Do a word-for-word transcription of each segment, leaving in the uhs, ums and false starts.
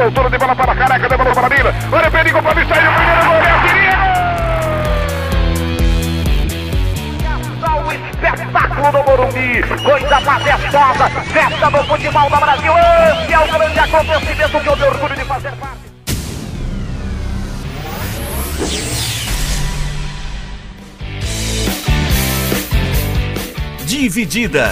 soltura de bola para Careca, demorou para Mila. Olha o perigo para sair o primeiro gol, é o espetáculo do Morumbi, coisa majestosa, festa do futebol do Brasil. Esse é o grande acontecimento que eu tenho orgulho de fazer parte. Dividida.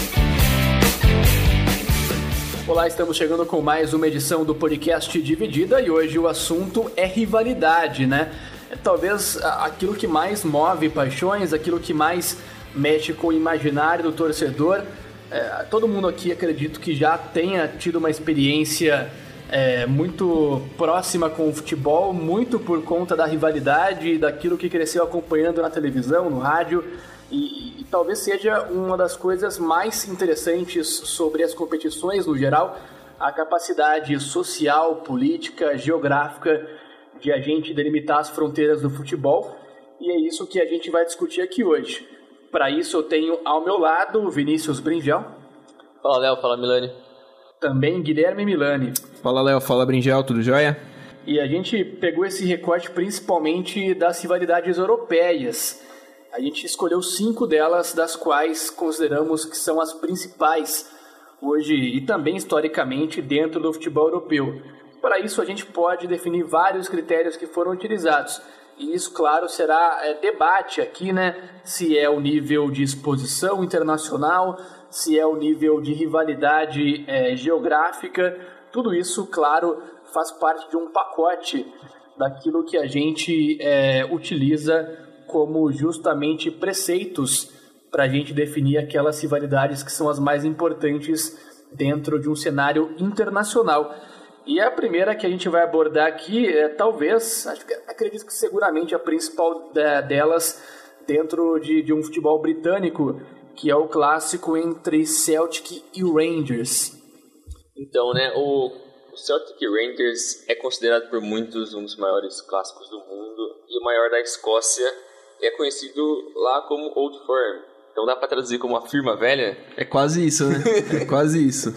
Olá, estamos chegando com mais uma edição do podcast Dividida e hoje o assunto é rivalidade, né? É talvez aquilo que mais move paixões, aquilo que mais mexe com o imaginário do torcedor. É, todo mundo aqui, acredito que já tenha tido uma experiência é, muito próxima com o futebol, muito por conta da rivalidade, daquilo que cresceu acompanhando na televisão, no rádio, e, e talvez seja uma das coisas mais interessantes sobre as competições no geral, a capacidade social, política, geográfica de a gente delimitar as fronteiras do futebol, e é isso que a gente vai discutir aqui hoje. Para isso eu tenho ao meu lado o Vinícius Bringel. Fala, Léo. Fala, Milani. Também Guilherme Milani. Fala, Léo. Fala, Bringel. Tudo jóia? E a gente pegou esse recorte principalmente das rivalidades europeias. A gente escolheu cinco delas, das quais consideramos que são as principais hoje e também historicamente dentro do futebol europeu. Para isso a gente pode definir vários critérios que foram utilizados. E isso, claro, será é, debate aqui, né? Se é o nível de exposição internacional, se é o nível de rivalidade é, geográfica. Tudo isso, claro, faz parte de um pacote daquilo que a gente é, utiliza como justamente preceitos para a gente definir aquelas rivalidades que são as mais importantes dentro de um cenário internacional. E a primeira que a gente vai abordar aqui é talvez, acho que, acredito que seguramente a principal delas dentro de, de um futebol britânico, que é o clássico entre Celtic e Rangers. Então, né, o Celtic e Rangers é considerado por muitos um dos maiores clássicos do mundo e o maior da Escócia, é conhecido lá como Old Firm. Então dá pra traduzir como a firma velha? É quase isso, né? É quase isso.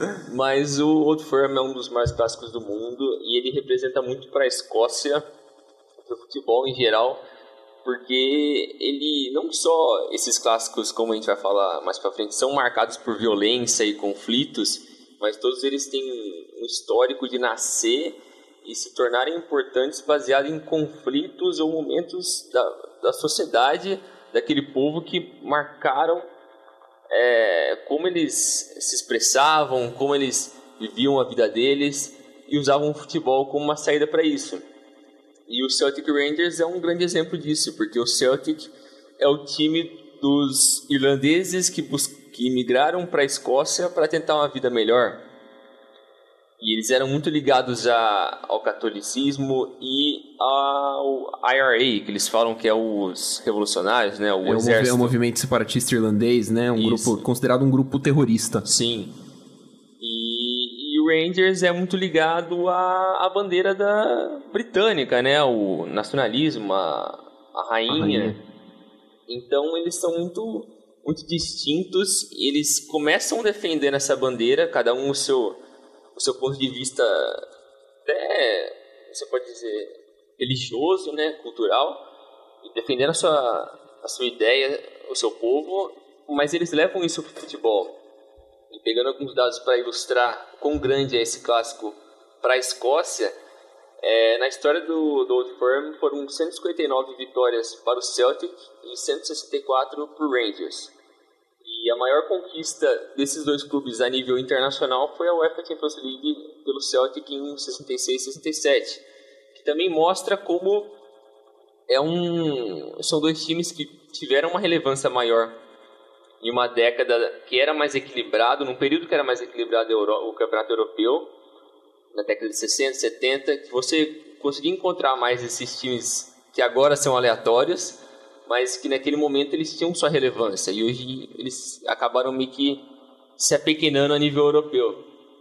Mas o Old Firm é um dos mais clássicos do mundo e ele representa muito para a Escócia, para o futebol em geral, porque ele, não só esses clássicos, como a gente vai falar mais pra frente, são marcados por violência e conflitos, mas todos eles têm um histórico de nascer e se tornarem importantes baseado em conflitos ou momentos da, da sociedade, daquele povo que marcaram é, como eles se expressavam, como eles viviam a vida deles e usavam o futebol como uma saída para isso. E o Celtic Rangers é um grande exemplo disso, porque o Celtic é o time dos irlandeses que, bus- que migraram para a Escócia para tentar uma vida melhor. E eles eram muito ligados a, ao catolicismo e ao I R A, que eles falam que é os revolucionários, né? O é, exército. É um movimento separatista irlandês, né? Um grupo, considerado um grupo terrorista. Sim. E, e o Rangers é muito ligado à, à bandeira da britânica, né? O nacionalismo, a, a, rainha. a rainha. Então eles são muito, muito distintos. Eles começam defendendo essa bandeira, cada um o seu... o seu ponto de vista até, você pode dizer, religioso, né, cultural, defendendo a sua, a sua ideia, o seu povo, mas eles levam isso para o futebol. E pegando alguns dados para ilustrar quão grande é esse clássico para a Escócia, é, na história do, do Old Firm foram cento e cinquenta e nove vitórias para o Celtic e cento e sessenta e quatro para o Rangers. E a maior conquista desses dois clubes a nível internacional foi a UEFA Champions League pelo Celtic em sessenta e seis e sessenta e sete, que também mostra como é um, são dois times que tiveram uma relevância maior em uma década que era mais equilibrado, num período que era mais equilibrado o Campeonato Europeu, na década de sessenta, setenta, que você conseguia encontrar mais esses times que agora são aleatórios, mas que naquele momento eles tinham sua relevância, e hoje eles acabaram meio que se apequenando a nível europeu.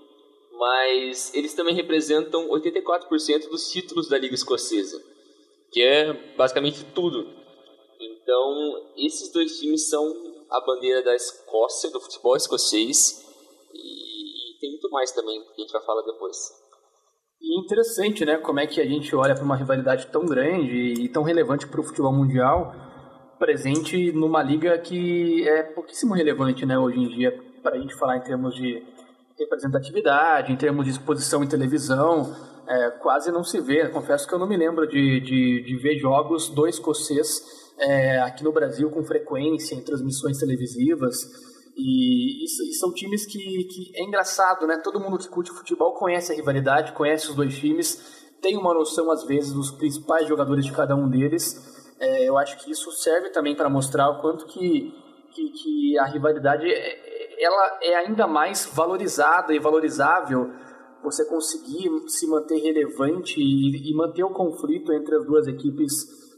Mas eles também representam oitenta e quatro por cento dos títulos da Liga Escocesa, que é basicamente tudo. Então, esses dois times são a bandeira da Escócia, do futebol escocês, e, e tem muito mais também que a gente vai falar depois. E interessante, né, como é que a gente olha para uma rivalidade tão grande e tão relevante para o futebol mundial, presente numa liga que é pouquíssimo relevante, né, hoje em dia, para a gente falar em termos de representatividade, em termos de exposição em televisão, é, quase não se vê. Confesso que eu não me lembro de, de, de ver jogos do escocês é, aqui no Brasil com frequência, em transmissões televisivas. E, e, e são times que, que é engraçado, né? Todo mundo que curte futebol conhece a rivalidade, conhece os dois times, tem uma noção às vezes dos principais jogadores de cada um deles. É, eu acho que isso serve também para mostrar o quanto que, que, que a rivalidade é, ela é ainda mais valorizada e valorizável. Você conseguir se manter relevante e, e manter o conflito entre as duas equipes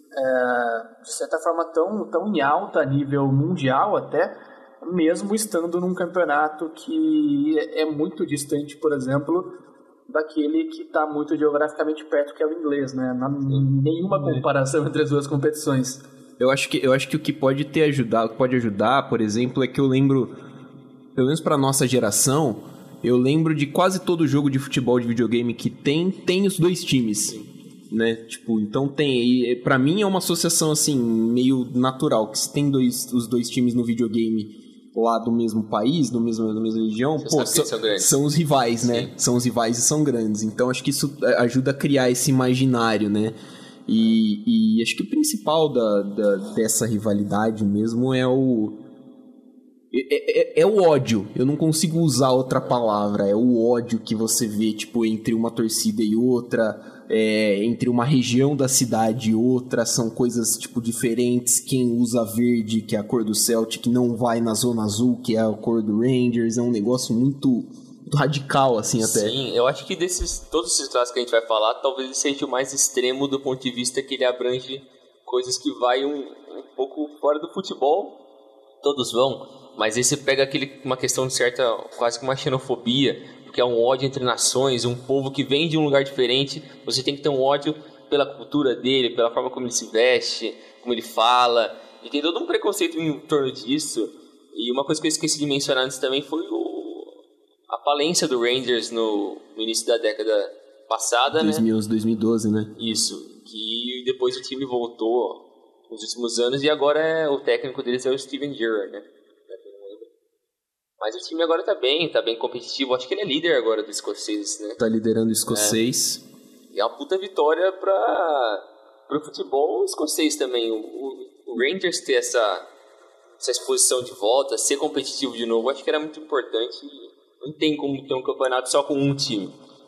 é, de certa forma tão, tão em alta nível mundial até, mesmo estando num campeonato que é muito distante, por exemplo, daquele que está muito geograficamente perto, que é o inglês, né? Não há nenhuma comparação entre as duas competições. Eu acho que, eu acho que o que pode ter ajudado, pode ajudar, por exemplo, é que eu lembro, pelo menos para nossa geração, eu lembro de quase todo jogo de futebol de videogame que tem, tem os dois times, né? Tipo, então tem, e para mim é uma associação assim meio natural, que se tem dois, os dois times no videogame lá do mesmo país, do mesmo, da mesma região, Você pô, são, são, são os rivais, né? Sim. São os rivais e são grandes. Então acho que isso ajuda a criar esse imaginário, né? E, e acho que o principal da, da, dessa rivalidade mesmo é o é, é, é o ódio. Eu não consigo usar outra palavra. É o ódio que você vê, tipo, entre uma torcida e outra, é, entre uma região da cidade e outra. São coisas, tipo, diferentes. Quem usa verde, que é a cor do Celtic, não vai na zona azul, que é a cor do Rangers. É um negócio muito, muito radical, assim, até. Sim, eu acho que desses todos esses traços que a gente vai falar, talvez ele seja o mais extremo do ponto de vista que ele abrange coisas que vai um, um pouco fora do futebol. Todos vão. Mas aí você pega aquele, uma questão de certa, quase que uma xenofobia, porque é um ódio entre nações, um povo que vem de um lugar diferente, você tem que ter um ódio pela cultura dele, pela forma como ele se veste, como ele fala, e tem todo um preconceito em torno disso. E uma coisa que eu esqueci de mencionar antes também foi o, a falência do Rangers no, no início da década passada, dois mil, né? dois mil e doze, né? Isso, que depois o time voltou nos últimos anos e agora é, o técnico deles é o Steven Gerrard, né? Mas o time agora tá bem, tá bem competitivo. Acho que ele é líder agora do escocês, né? Tá liderando o escocês. É, e é uma puta vitória pra, pro futebol escocês também. O, o, o Rangers ter essa, essa exposição de volta, ser competitivo de novo, acho que era muito importante. Não tem como ter um campeonato só com um time.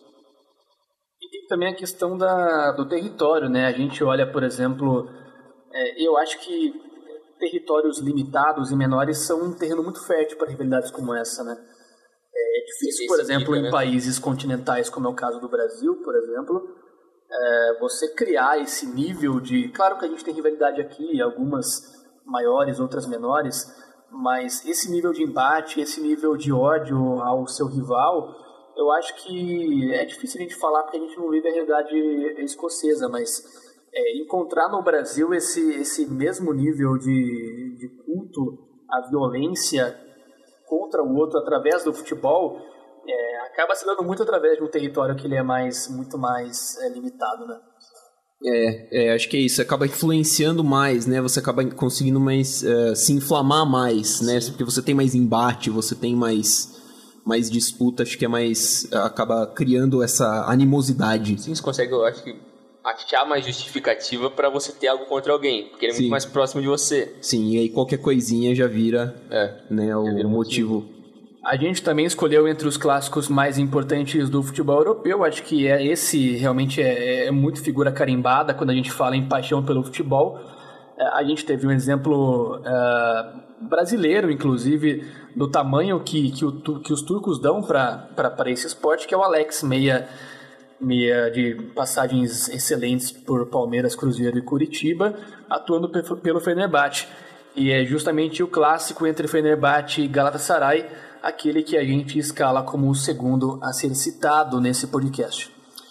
E tem também a questão da, do território, né? A gente olha, por exemplo, é, eu acho que territórios limitados e menores são um terreno muito fértil para rivalidades como essa, né? É difícil, por exemplo, em países continentais, como é o caso do Brasil, por exemplo, é, você criar esse nível de... Claro que a gente tem rivalidade aqui, algumas maiores, outras menores, mas esse nível de embate, esse nível de ódio ao seu rival, eu acho que é difícil a gente falar porque a gente não vive a realidade escocesa, mas... É, encontrar no Brasil esse, esse mesmo nível de, de culto à violência contra o outro através do futebol é, acaba se dando muito através de um território que ele é mais, muito mais é, limitado, né? É, é, acho que é isso, acaba influenciando mais, né? Você acaba conseguindo mais uh, se inflamar mais, né? Porque você tem mais embate, você tem mais, mais disputa, acho que é mais... acaba criando essa animosidade. Sim, você consegue, eu acho que achar mais justificativa para você ter algo contra alguém, porque ele é Sim. muito mais próximo de você. Sim, e aí qualquer coisinha já vira, é, né, o vira motivo. motivo. A gente também escolheu entre os clássicos mais importantes do futebol europeu, acho que é, esse realmente é, é muito figura carimbada quando a gente fala em paixão pelo futebol. É, a gente teve um exemplo uh, brasileiro, inclusive, do tamanho que, que, o, que os turcos dão para esse esporte, que é o Alex, meia... meia de passagens excelentes por Palmeiras, Cruzeiro e Curitiba, atuando pelo Fenerbahçe. E é justamente o clássico entre Fenerbahçe e Galatasaray, aquele que a gente escala como o segundo a ser citado nesse podcast.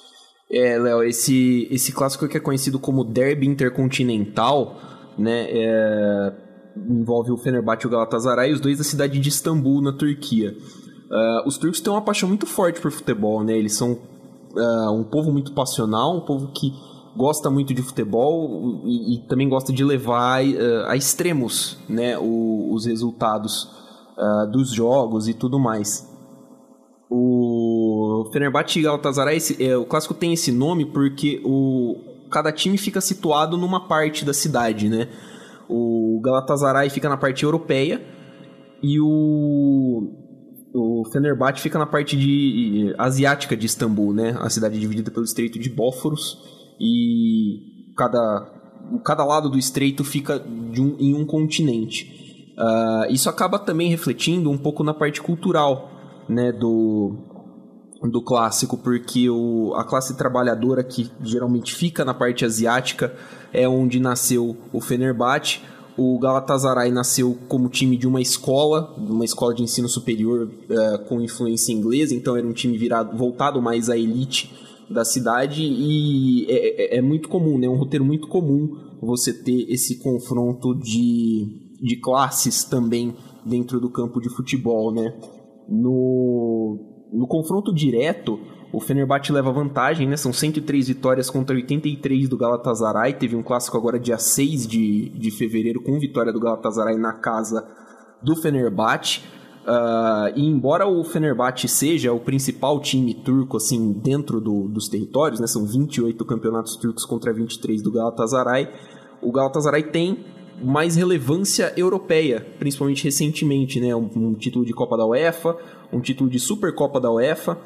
É, Léo, esse, esse clássico que é conhecido como Derby Intercontinental, né, é, envolve o Fenerbahçe e o Galatasaray, os dois da cidade de Istambul, na Turquia. Uh, os turcos têm uma paixão muito forte por futebol, né, eles são uh, um povo muito passional, um povo que gosta muito de futebol e, e também gosta de levar uh, a extremos, né, o, os resultados uh, dos jogos e tudo mais. O Fenerbahçe e Galatasaray, esse, é, o clássico tem esse nome porque o, cada time fica situado numa parte da cidade, né? O Galatasaray fica na parte europeia e o, o Fenerbahçe fica na parte de, asiática de Istambul, né? A cidade é dividida pelo Estreito de Bósforos e cada, cada lado do estreito fica de um, em um continente. Uh, isso acaba também refletindo um pouco na parte cultural, né, do, do clássico, porque o, a classe trabalhadora que geralmente fica na parte asiática é onde nasceu o Fenerbahçe. O Galatasaray nasceu como time de uma escola, uma escola de ensino superior uh, com influência inglesa, então era um time virado, voltado mais à elite da cidade e é, é, é muito comum, né, um roteiro muito comum você ter esse confronto de, de classes também dentro do campo de futebol, né. No, no confronto direto, o Fenerbahçe leva vantagem, né? São cento e três vitórias contra oitenta e três do Galatasaray. Teve um clássico agora dia seis de, de fevereiro com vitória do Galatasaray na casa do Fenerbahçe. Uh, e embora o Fenerbahçe seja o principal time turco assim, dentro do, dos territórios, né? São vinte e oito campeonatos turcos contra vinte e três do Galatasaray, o Galatasaray tem mais relevância europeia, principalmente recentemente, né? Um, um título de Copa da UEFA, um título de Supercopa da UEFA,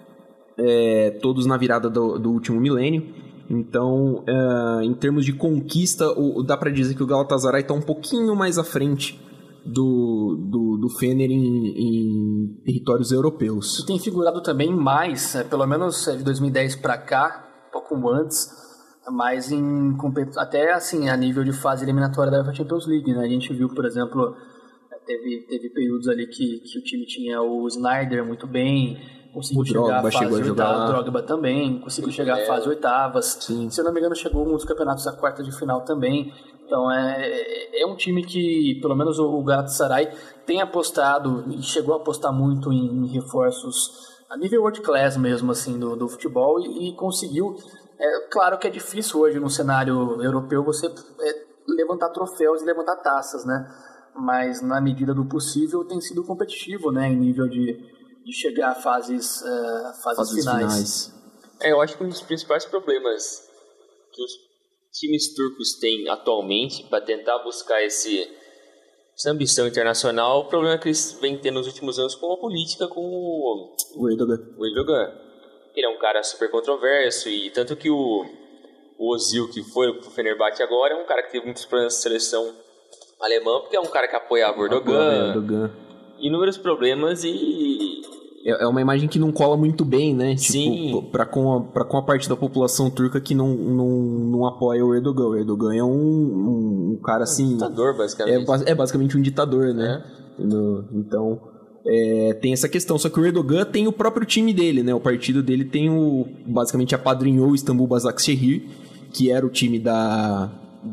é, todos na virada do, do último milênio. Então, é, em termos de conquista, o, dá para dizer que o Galatasaray está um pouquinho mais à frente do, do, do Fener em, em territórios europeus. Isso tem figurado também mais, é, pelo menos de dois mil e dez para cá, um pouco antes, mais em até assim a nível de fase eliminatória da UEFA Champions League, né? A gente viu, por exemplo, teve, teve períodos ali que, que o time tinha o Sneijder muito bem, conseguiu o chegar Drogba à fase oitava, o Drogba também conseguiu chegar à fase oitavas. Sim. Se eu não me engano, chegou nos campeonatos da quarta de final também. Então é, é um time que, pelo menos o Galatasaray tem apostado e chegou a apostar muito em, em reforços a nível world class mesmo assim do, do futebol e, e conseguiu. É claro que é difícil hoje no cenário europeu você é, levantar troféus e levantar taças, né? Mas na medida do possível tem sido competitivo, né? Em nível de, de chegar a fases, uh, fases, fases finais. finais. É, eu acho que um dos principais problemas que os times turcos têm atualmente para tentar buscar esse, essa ambição internacional, o problema que eles vêm tendo nos últimos anos com a política com o, o Erdogan. O Erdogan. Ele é um cara super controverso e tanto que o, o Ozil, que foi pro Fenerbahçe agora, é um cara que teve muitos problemas na seleção alemã, porque é um cara que apoiava o Erdogan, Erdogan. Inúmeros problemas e... É uma imagem que não cola muito bem, né? Sim. Tipo, pra com, a, pra com a parte da população turca que não, não, não apoia o Erdogan. O Erdogan é um, um, um cara assim... Um ditador, basicamente. É, é basicamente um ditador, né? É. No, então... É, tem essa questão, só que o Erdogan tem o próprio time dele, né? O partido dele tem o... basicamente apadrinhou o Istanbul Basaksehir, que era o time da...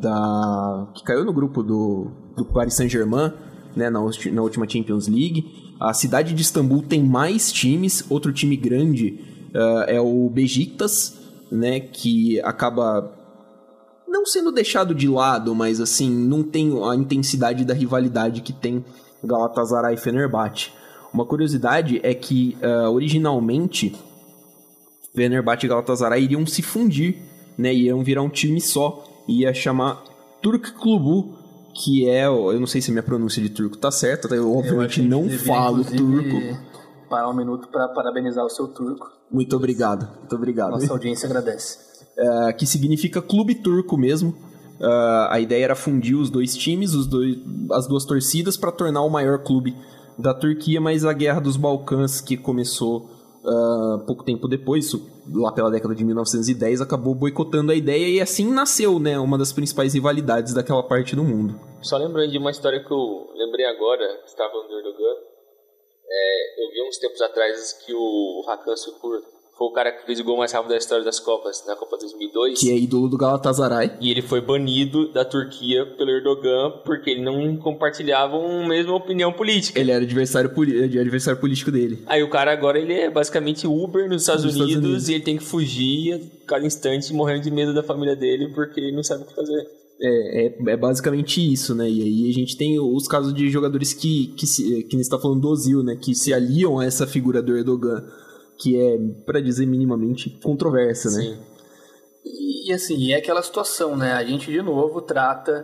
da que caiu no grupo do, do Paris Saint-Germain, né? Na, na última Champions League. A cidade de Istambul tem mais times. Outro time grande uh, é o Beşiktaş, né? Que acaba não sendo deixado de lado, mas assim, não tem a intensidade da rivalidade que tem Galatasaray e Fenerbahçe. Uma curiosidade é que, uh, originalmente, Fenerbahçe e Galatasaray iriam se fundir, né? Iriam virar um time só. Ia chamar Türkgücü, que é... Eu não sei se a minha pronúncia de turco tá certa, eu obviamente eu não falo turco. Parar um minuto para parabenizar o seu turco. Muito obrigado, muito obrigado. Nossa audiência agradece. Uh, que significa clube turco mesmo. Uh, a ideia era fundir os dois times, os dois, as duas torcidas, para tornar o maior clube da Turquia, mas a Guerra dos Balcãs, que começou uh, pouco tempo depois, isso, lá pela década de mil novecentos e dez, acabou boicotando a ideia e assim nasceu, né, uma das principais rivalidades daquela parte do mundo. Só lembrando de uma história que eu lembrei agora, que estava falando do Erdogan, é, eu vi uns tempos atrás que o Hakan Şükür foi o cara que fez o gol mais rápido da história das Copas, na Copa dois mil e dois. Que é ídolo do Galatasaray. E ele foi banido da Turquia pelo Erdogan porque ele não compartilhava a mesma opinião política. Ele era adversário, adversário político dele. Aí o cara agora ele é basicamente Uber nos Estados, nos Unidos, Estados Unidos e ele tem que fugir a cada instante morrendo de medo da família dele porque ele não sabe o que fazer. É, é, é basicamente isso, né? E aí a gente tem os casos de jogadores que, que, se, que você está falando do Ozil, né? Que se aliam a essa figura do Erdogan, que é, para dizer minimamente, controversa, né? Sim. E, e assim, é aquela situação, né? A gente, de novo, trata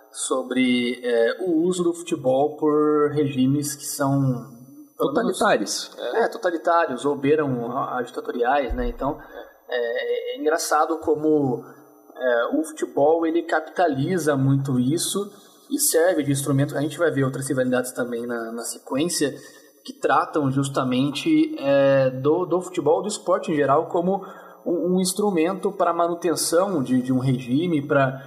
sobre é, o uso do futebol por regimes que são... Totalitários. É, totalitários, ou beiram ditatoriais, né? Então, é, é engraçado como é, o futebol, ele capitaliza muito isso e serve de instrumento. A gente vai ver outras rivalidades também na, na sequência, que tratam justamente é, do, do futebol, do esporte em geral, como um, um instrumento para a manutenção de, de um regime,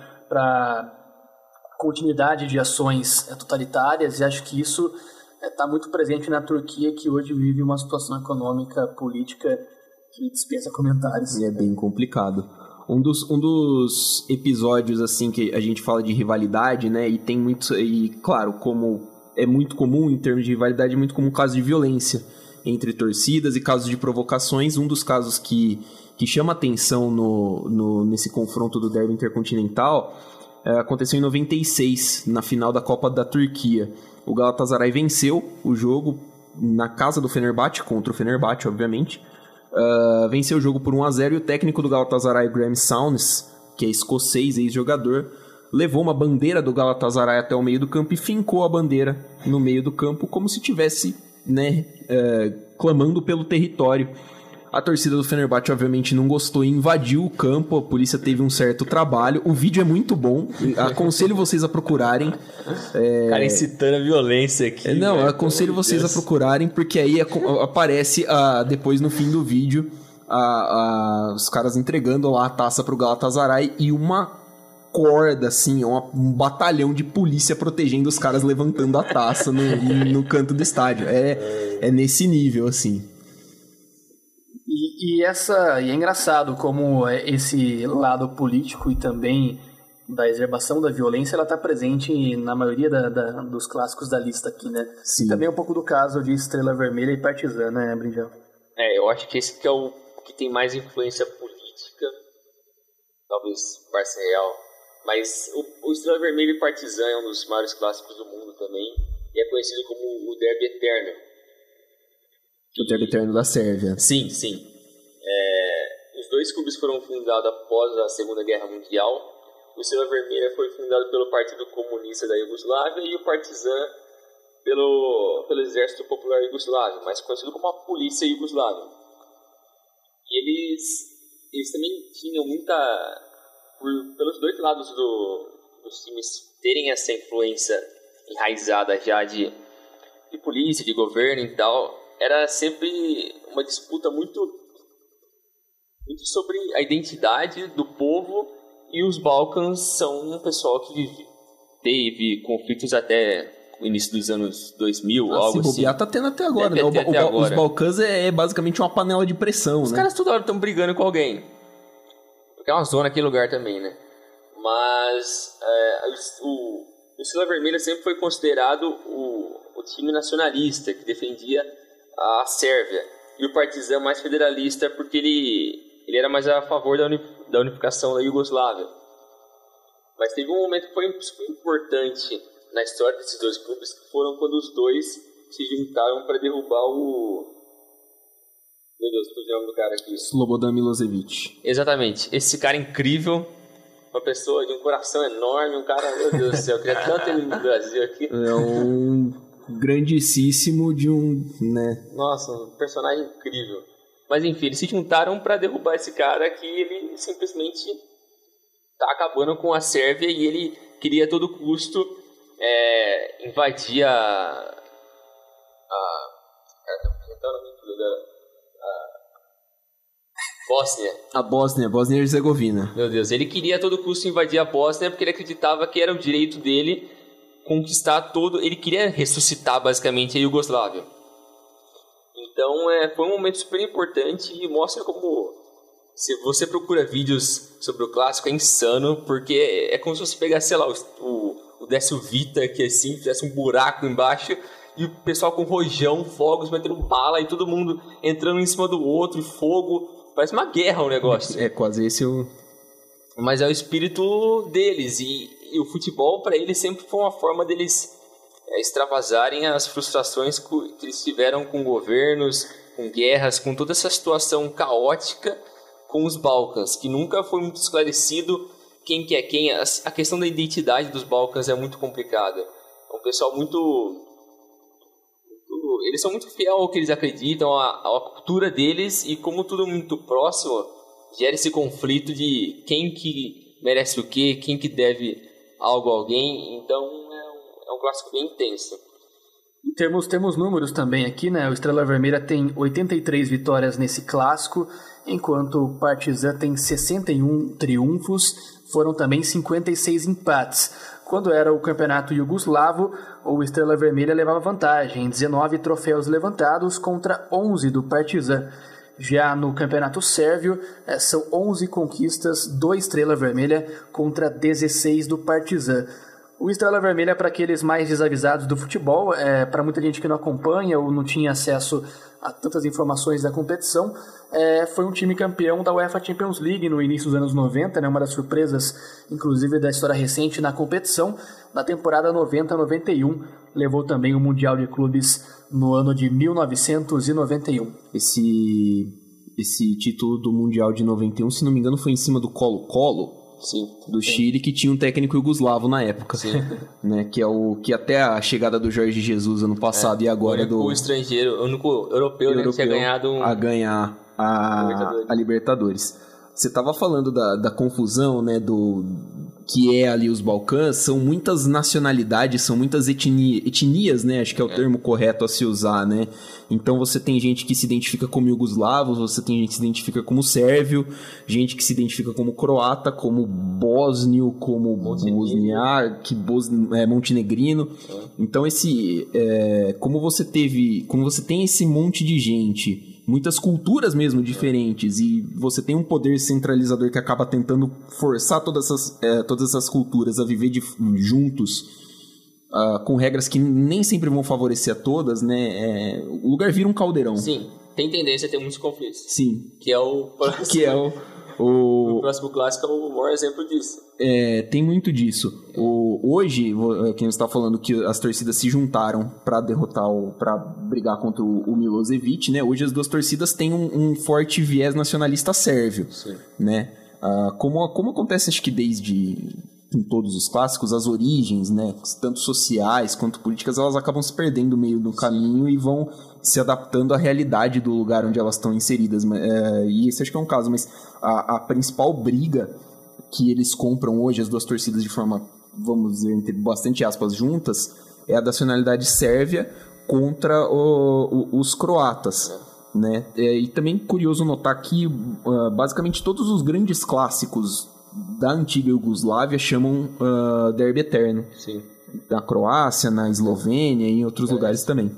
para continuidade de ações é, totalitárias, e acho que isso está é, muito presente na Turquia, que hoje vive uma situação econômica, política, que dispensa comentários. E é bem complicado. Um dos, um dos episódios assim que a gente fala de rivalidade, né, e tem muito, e claro, como é muito comum, em termos de rivalidade, é muito comum casos de violência entre torcidas e casos de provocações. Um dos casos que, que chama atenção no, no, nesse confronto do derby intercontinental é, aconteceu em noventa e seis, na final da Copa da Turquia. O Galatasaray venceu o jogo na casa do Fenerbahçe, contra o Fenerbahçe, obviamente. Uh, venceu o jogo por um a zero, e o técnico do Galatasaray, Graham Souness, que é escocês, ex-jogador, levou uma bandeira do Galatasaray até o meio do campo e fincou a bandeira no meio do campo como se tivesse, né, é, clamando pelo território. A torcida do Fenerbahçe obviamente não gostou e invadiu o campo. A polícia teve um certo trabalho. O vídeo é muito bom, aconselho vocês a procurarem. É... Cara, incitando a violência aqui. Não, velho, aconselho vocês Deus. a procurarem, porque aí aparece a, depois no fim do vídeo a, a, os caras entregando lá a taça pro Galatasaray e uma corda, assim, uma, um batalhão de polícia protegendo os caras levantando a taça no, no canto do estádio. É, é nesse nível, assim. E, e, essa, e é engraçado como esse lado político e também da exacerbação da violência, ela está presente na maioria da, da, dos clássicos da lista aqui, né? Sim. Também um pouco do caso de Estrela Vermelha e Partizan, né, Brinjão? É, eu acho que esse que é o que tem mais influência política, talvez Barça Real. Mas o, o Estrela Vermelha e Partizan é um dos maiores clássicos do mundo também, e é conhecido como o Derby Eterno. O Derby Eterno da Sérvia. Sim, sim. É, os dois clubes foram fundados após a Segunda Guerra Mundial. O Estrela Vermelha foi fundado pelo Partido Comunista da Iugoslávia e o Partizan pelo, pelo Exército Popular Iugoslávio, mais conhecido como a Polícia Iugoslávia. E eles, eles também tinham muita... Por, pelos dois lados do, dos times terem essa influência enraizada já de, de polícia, de governo e tal, era sempre uma disputa muito, muito sobre a identidade do povo, e os Balcãs são um pessoal que vive, teve conflitos até o início dos anos dois mil, ah, algo se assim. bobear, tá tendo até agora, Deve né? O, até o, agora. Os Balcãs é, é basicamente uma panela de pressão, os né? Os caras toda hora estão brigando com alguém. Porque é uma zona aquele lugar também, né? Mas é, o, o Estrela Vermelha sempre foi considerado o, o time nacionalista, que defendia a Sérvia. E o Partizan mais federalista, porque ele, ele era mais a favor da, uni, da unificação da Iugoslávia. Mas teve um momento que foi super importante na história desses dois clubes, que foram quando os dois se juntaram para derrubar o... Meu Deus, estou o nome do cara aqui. Slobodan Milosevic. Exatamente. Esse cara incrível, uma pessoa de um coração enorme, um cara, meu Deus do céu, eu queria tanto ele no Brasil aqui. É um grandíssimo de um, né? Nossa, um personagem incrível. Mas enfim, eles se juntaram para derrubar esse cara que ele simplesmente tá acabando com a Sérvia, e ele queria a todo custo é, invadir a... a... Bósnia. A Bósnia, Bósnia e Herzegovina. Meu Deus, ele queria a todo custo invadir a Bósnia porque ele acreditava que era o direito dele conquistar todo... Ele queria ressuscitar basicamente a Iugoslávia. Então é, foi um momento super importante e mostra como, se você procura vídeos sobre o clássico, é insano, porque é como se você pegasse, sei lá, o, o, o Décio Vita, que assim, fizesse um buraco embaixo, e o pessoal com rojão, fogos, metendo bala, e todo mundo entrando em cima do outro, e fogo, parece uma guerra o negócio. É, quase esse o... Mas é o espírito deles, e, e o futebol para eles sempre foi uma forma deles é, extravasarem as frustrações que eles tiveram com governos, com guerras, com toda essa situação caótica com os Balcãs, que nunca foi muito esclarecido quem que é quem. A, a questão da identidade dos Balcãs é muito complicada. É um pessoal muito, muito... Eles são muito fiel ao que eles acreditam, à, à cultura deles, e como tudo muito próximo, gera esse conflito de quem que merece o quê, quem que deve algo a alguém. Então é um, é um clássico bem intenso. Temos, temos números também aqui, né? O Estrela Vermelha tem oitenta e três vitórias nesse clássico, enquanto o Partizan tem sessenta e um triunfos, foram também cinquenta e seis empates. Quando era o campeonato iugoslavo, o Estrela Vermelha levava vantagem, dezenove troféus levantados contra onze do Partizan. Já no campeonato sérvio, são onze conquistas do Estrela Vermelha contra dezesseis do Partizan. O Estrela Vermelha, para aqueles mais desavisados do futebol, é, para muita gente que não acompanha ou não tinha acesso a tantas informações da competição, é, foi um time campeão da UEFA Champions League no início dos anos noventa, né, uma das surpresas, inclusive, da história recente na competição. Na temporada noventa a noventa e um, levou também o Mundial de Clubes no ano de mil novecentos e noventa e um. Esse, esse título do Mundial de noventa e um, se não me engano, foi em cima do Colo-Colo. Sim, do Chile, que tinha um técnico iugoslavo na época. Sim. Né, que é o que até a chegada do Jorge Jesus ano passado é, e agora o único do estrangeiro, o único europeu, europeu né, que tinha ganhado um... a ganhar a Libertadores. A Libertadores. Você estava falando da, da confusão, né, do que é ali os Balcãs, são muitas nacionalidades, são muitas etnia, etnias, né, acho que é o é. termo correto a se usar, né. Então você tem gente que se identifica como iugoslavos, você tem gente que se identifica como sérvio, gente que se identifica como croata, como bósnio, como bosniaco, bosni, é, montenegrino. É. Então esse, é, como você teve, como você tem esse monte de gente, muitas culturas mesmo diferentes, e você tem um poder centralizador que acaba tentando forçar todas essas, é, todas essas culturas a viver de, juntos, uh, com regras que nem sempre vão favorecer a todas, né? É, o lugar vira um caldeirão. Sim, tem tendência a ter muitos conflitos. Sim. Que é o próximo, que é o, o... o próximo clássico é o maior exemplo disso. É, tem muito disso. O, hoje, quem está falando que as torcidas se juntaram para derrotar, para brigar contra o, o Milosevic, né? Hoje as duas torcidas têm um, um forte viés nacionalista sérvio. Sim. Né? Ah, como, como acontece, acho que desde em todos os clássicos, as origens, né, tanto sociais quanto políticas, elas acabam se perdendo no meio do caminho e vão se adaptando à realidade do lugar onde elas estão inseridas. É, e esse acho que é um caso, mas a, a principal briga que eles compram hoje, as duas torcidas de forma, vamos dizer, entre bastante aspas, juntas, é a da nacionalidade sérvia contra o, o, os croatas. É. Né? É, e também curioso notar que uh, basicamente todos os grandes clássicos da antiga Iugoslávia chamam uh, derby eterno. Sim. Na Croácia, na Eslovênia e em outros é. lugares também.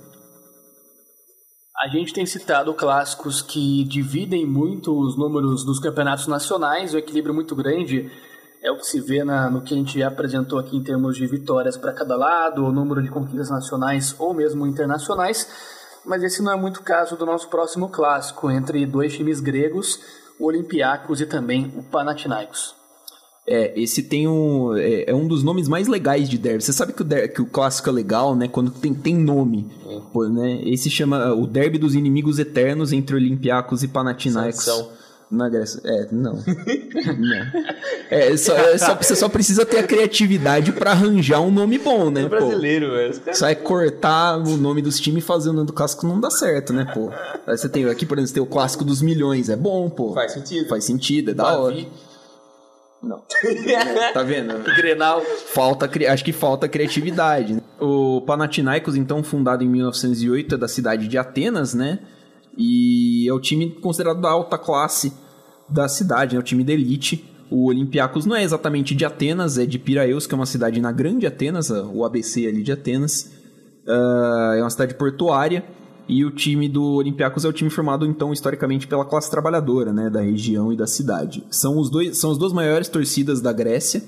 A gente tem citado clássicos que dividem muito os números dos campeonatos nacionais, o equilíbrio muito grande é o que se vê na, no que a gente já apresentou aqui em termos de vitórias para cada lado, o número de conquistas nacionais ou mesmo internacionais, mas esse não é muito o caso do nosso próximo clássico, entre dois times gregos, o Olympiacos e também o Panathinaikos. É, esse tem um, é, é um dos nomes mais legais de derby. Você sabe que o, der, que o clássico é legal, né? Quando tem, tem nome. É. Pô, né? Esse chama o derby dos inimigos eternos entre Olympiacos e Panathinaikos. Na Grécia. É, não. não. É, só, é só, você só precisa ter a criatividade pra arranjar um nome bom, né? É brasileiro, velho. Só é cortar o nome dos times e fazer o nome do clássico não dá certo, né, pô? Aí você tem aqui, por exemplo, você tem o clássico dos milhões. É bom, pô. Faz sentido. Faz sentido, é da Bavi. hora. Não. Tá vendo? Grenal. Falta, acho que falta criatividade. O Panathinaikos, então, fundado em mil novecentos e oito, é da cidade de Atenas, né? E é o time considerado da alta classe da cidade, é o time da elite. O Olympiacos não é exatamente de Atenas, é de Piraeus, que é uma cidade na grande Atenas, o A B C ali de Atenas. Uh, é uma cidade portuária. E o time do Olympiacos é o time formado, então, historicamente pela classe trabalhadora, né, da região e da cidade. São, os dois, são as duas maiores torcidas da Grécia,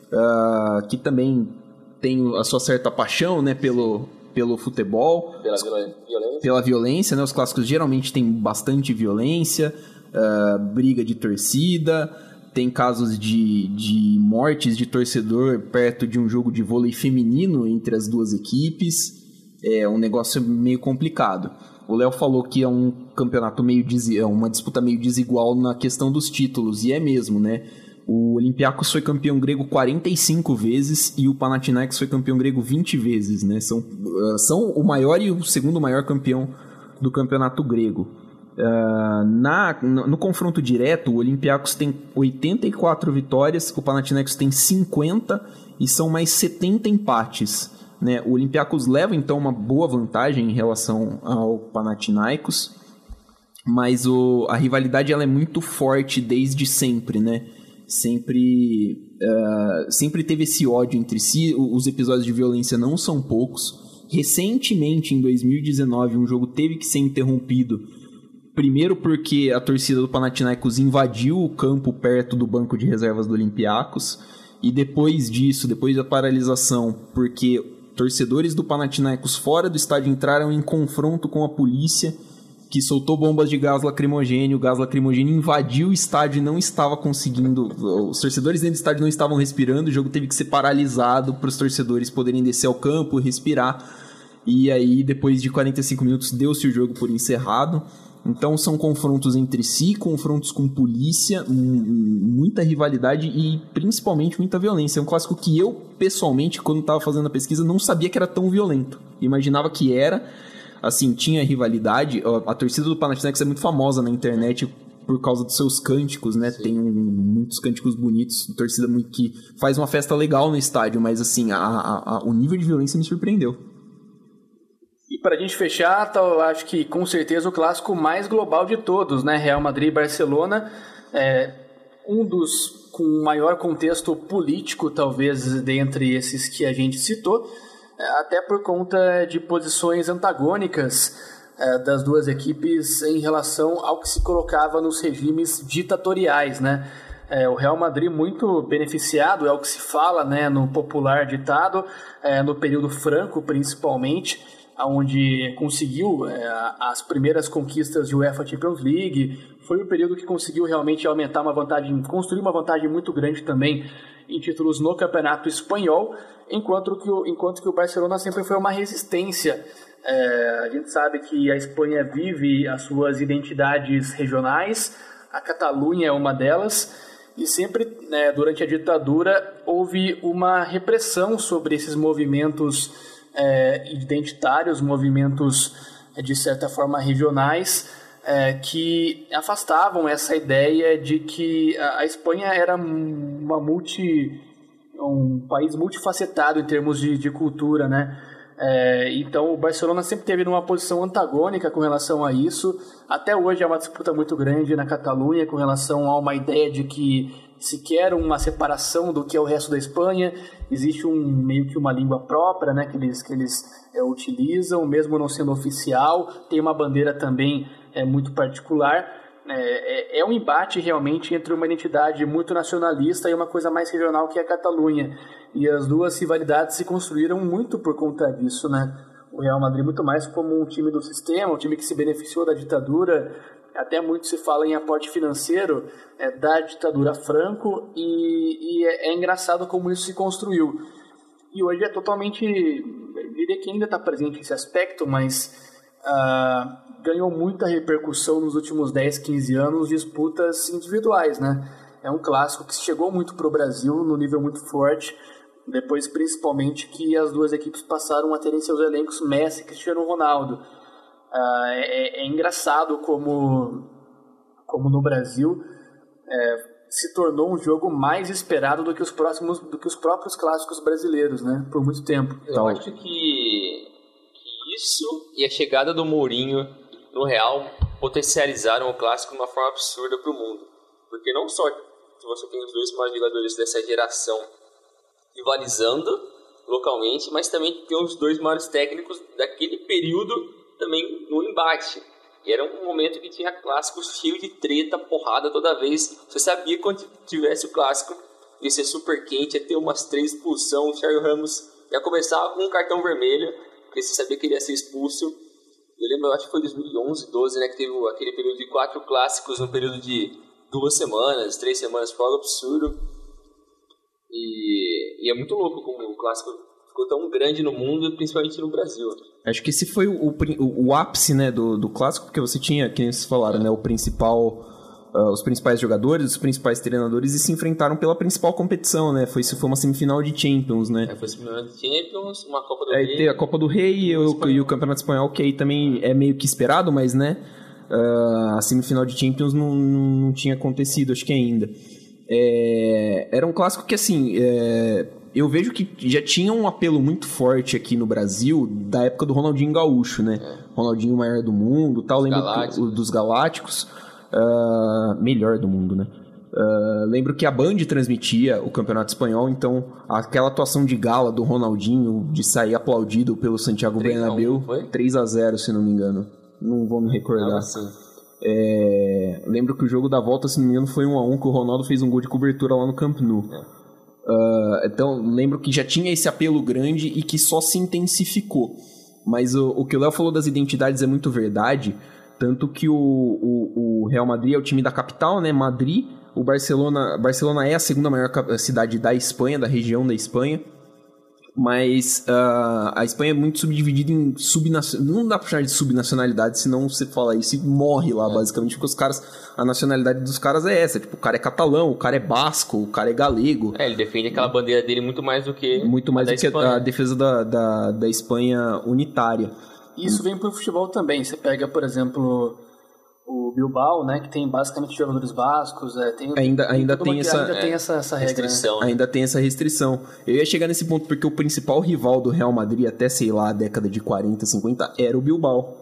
uh, que também tem a sua certa paixão, né, pelo, pelo futebol. Pela violência. Pela violência, né, os clássicos geralmente têm bastante violência, uh, briga de torcida, tem casos de, de mortes de torcedor perto de um jogo de vôlei feminino entre as duas equipes. É um negócio meio complicado. O Léo falou que é um campeonato meio é uma disputa meio desigual na questão dos títulos, e é mesmo, né? O Olympiacos foi campeão grego quarenta e cinco vezes e o Panathinaikos foi campeão grego vinte vezes, né? São, são o maior e o segundo maior campeão do campeonato grego. Uh, na, no, no confronto direto, o Olympiacos tem oitenta e quatro vitórias, o Panathinaikos tem cinquenta e são mais setenta empates. Né? O Olympiacos leva então uma boa vantagem em relação ao Panathinaikos, mas o, a rivalidade ela é muito forte desde sempre, né? Sempre, uh, sempre teve esse ódio entre si, os episódios de violência não são poucos. Recentemente, em dois mil e dezenove, um jogo teve que ser interrompido, primeiro porque a torcida do Panathinaikos invadiu o campo perto do banco de reservas do Olympiacos, e depois disso, depois da paralisação, porque torcedores do Panathinaikos fora do estádio entraram em confronto com a polícia, que soltou bombas de gás lacrimogêneo. O gás lacrimogêneo invadiu o estádio e não estava conseguindo... Os torcedores dentro do estádio não estavam respirando. O jogo teve que ser paralisado para os torcedores poderem descer ao campo, respirar. E aí, depois de quarenta e cinco minutos, deu-se o jogo por encerrado. Então, são confrontos entre si, confrontos com polícia, muita rivalidade e, principalmente, muita violência. É um clássico que eu, pessoalmente, quando estava fazendo a pesquisa, não sabia que era tão violento. Imaginava que era, assim, tinha rivalidade. A torcida do Panathinaikos é muito famosa na internet por causa dos seus cânticos, né? Sim. Tem muitos cânticos bonitos, torcida muito que faz uma festa legal no estádio, mas, assim, a, a, a, o nível de violência me surpreendeu. E para a gente fechar, eu acho que com certeza o clássico mais global de todos, né? Real Madrid e Barcelona, é um dos com maior contexto político, talvez, dentre esses que a gente citou, até por conta de posições antagônicas é, das duas equipes em relação ao que se colocava nos regimes ditatoriais, né? É, o Real Madrid muito beneficiado, é o que se fala, né, no popular ditado, é, no período franco principalmente, onde conseguiu é, as primeiras conquistas de UEFA Champions League. Foi o período que conseguiu realmente aumentar uma vantagem, construir uma vantagem muito grande também em títulos no Campeonato Espanhol, enquanto que o, enquanto que o Barcelona sempre foi uma resistência. É, a gente sabe que a Espanha vive as suas identidades regionais, a Catalunha é uma delas, e sempre, né, durante a ditadura, houve uma repressão sobre esses movimentos É, identitários, movimentos de certa forma regionais, é, que afastavam essa ideia de que a, a Espanha era uma multi, um país multifacetado em termos de, de cultura, né? É, então o Barcelona sempre teve numa posição antagônica com relação a isso. Até hoje é uma disputa muito grande na Catalunha com relação a uma ideia de que se quer uma separação do que é o resto da Espanha. Existe um, meio que uma língua própria, né, que eles, que eles é, utilizam, mesmo não sendo oficial. Tem uma bandeira também é, muito particular. É, é, é um embate realmente entre uma identidade muito nacionalista e uma coisa mais regional, que é a Catalunha. E as duas rivalidades se construíram muito por conta disso, né? O Real Madrid muito mais como um time do sistema, um time que se beneficiou da ditadura. Até muito se fala em aporte financeiro é, da ditadura Franco, e, e é, é engraçado como isso se construiu. E hoje é totalmente, eu diria que ainda está presente esse aspecto, mas uh, ganhou muita repercussão nos últimos dez, quinze anos, disputas individuais, né? É um clássico que chegou muito para o Brasil, no nível muito forte, depois principalmente que as duas equipes passaram a ter em seus elencos Messi e Cristiano Ronaldo. Uh, é, é engraçado como, como no Brasil é, se tornou um jogo mais esperado do que os próximos, do que os próprios clássicos brasileiros, né? Por muito tempo. Eu então, acho que, que isso e a chegada do Mourinho no Real potencializaram o clássico de uma forma absurda para o mundo, porque não só você tem os dois maiores jogadores dessa geração rivalizando localmente, mas também tem os dois maiores técnicos daquele período também no embate. E era um momento que tinha clássicos cheio de treta, porrada toda vez. Você sabia que quando tivesse o clássico, ia ser super quente, ia ter umas três expulsão, o Sérgio Ramos ia começar com um cartão vermelho, porque você sabia que ele ia ser expulso. Eu lembro, eu acho que foi dois mil e onze, doze, né, que teve aquele período de quatro clássicos no período de duas semanas, três semanas, foi algo absurdo. E, e é muito louco como o clássico ficou tão grande no mundo, principalmente no Brasil. Acho que esse foi o, o, o ápice, né, do, do clássico, porque você tinha, que vocês falaram, é. né, o principal... Uh, os principais jogadores, os principais treinadores e se enfrentaram pela principal competição, né? Foi, foi uma semifinal de Champions, né? É, foi semifinal de Champions, uma Copa do é, Rei. Tem a Copa do Rei e o, e o Campeonato Espanhol, que aí também é meio que esperado, mas, né? Uh, a semifinal de Champions não, não tinha acontecido, acho que ainda. É, era um clássico que, assim, é, eu vejo que já tinha um apelo muito forte aqui no Brasil da época do Ronaldinho Gaúcho, né? É. Ronaldinho, o maior do mundo, tal. Lembro que, o, dos Galácticos. Uh, melhor do mundo, né? Uh, lembro que a Band transmitia o Campeonato Espanhol, então aquela atuação de gala do Ronaldinho, de sair aplaudido pelo Santiago Bernabéu, três a zero, se não me engano. Não vou me recordar. É, lembro que o jogo da volta, se não me engano, foi um a um, que o Ronaldo fez um gol de cobertura lá no Camp Nou. É. Uh, então, lembro que já tinha esse apelo grande e que só se intensificou. Mas o, o que o Léo falou das identidades é muito verdade. Tanto que o, o, o Real Madrid é o time da capital, né? Madrid. O Barcelona, Barcelona é a segunda maior cidade da Espanha, da região da Espanha. Mas uh, a Espanha é muito subdividida em subnacionalidades. Não dá pra chamar de subnacionalidade, senão você fala isso e morre lá, é. basicamente. Porque os caras, a nacionalidade dos caras é essa. Tipo, o cara é catalão, o cara é basco, o cara é galego. É, ele defende aquela bandeira dele muito mais do que Muito mais a do que Espanha. a defesa da, da, da Espanha unitária. Isso vem pro futebol também. Você pega, por exemplo, o Bilbao, né, que tem basicamente jogadores bascos. É, tem, ainda ainda tem, essa, ainda é, tem essa, essa restrição. Né? Ainda tem essa restrição. Eu ia chegar nesse ponto porque o principal rival do Real Madrid até, sei lá, a década de quarenta, cinquenta, era o Bilbao.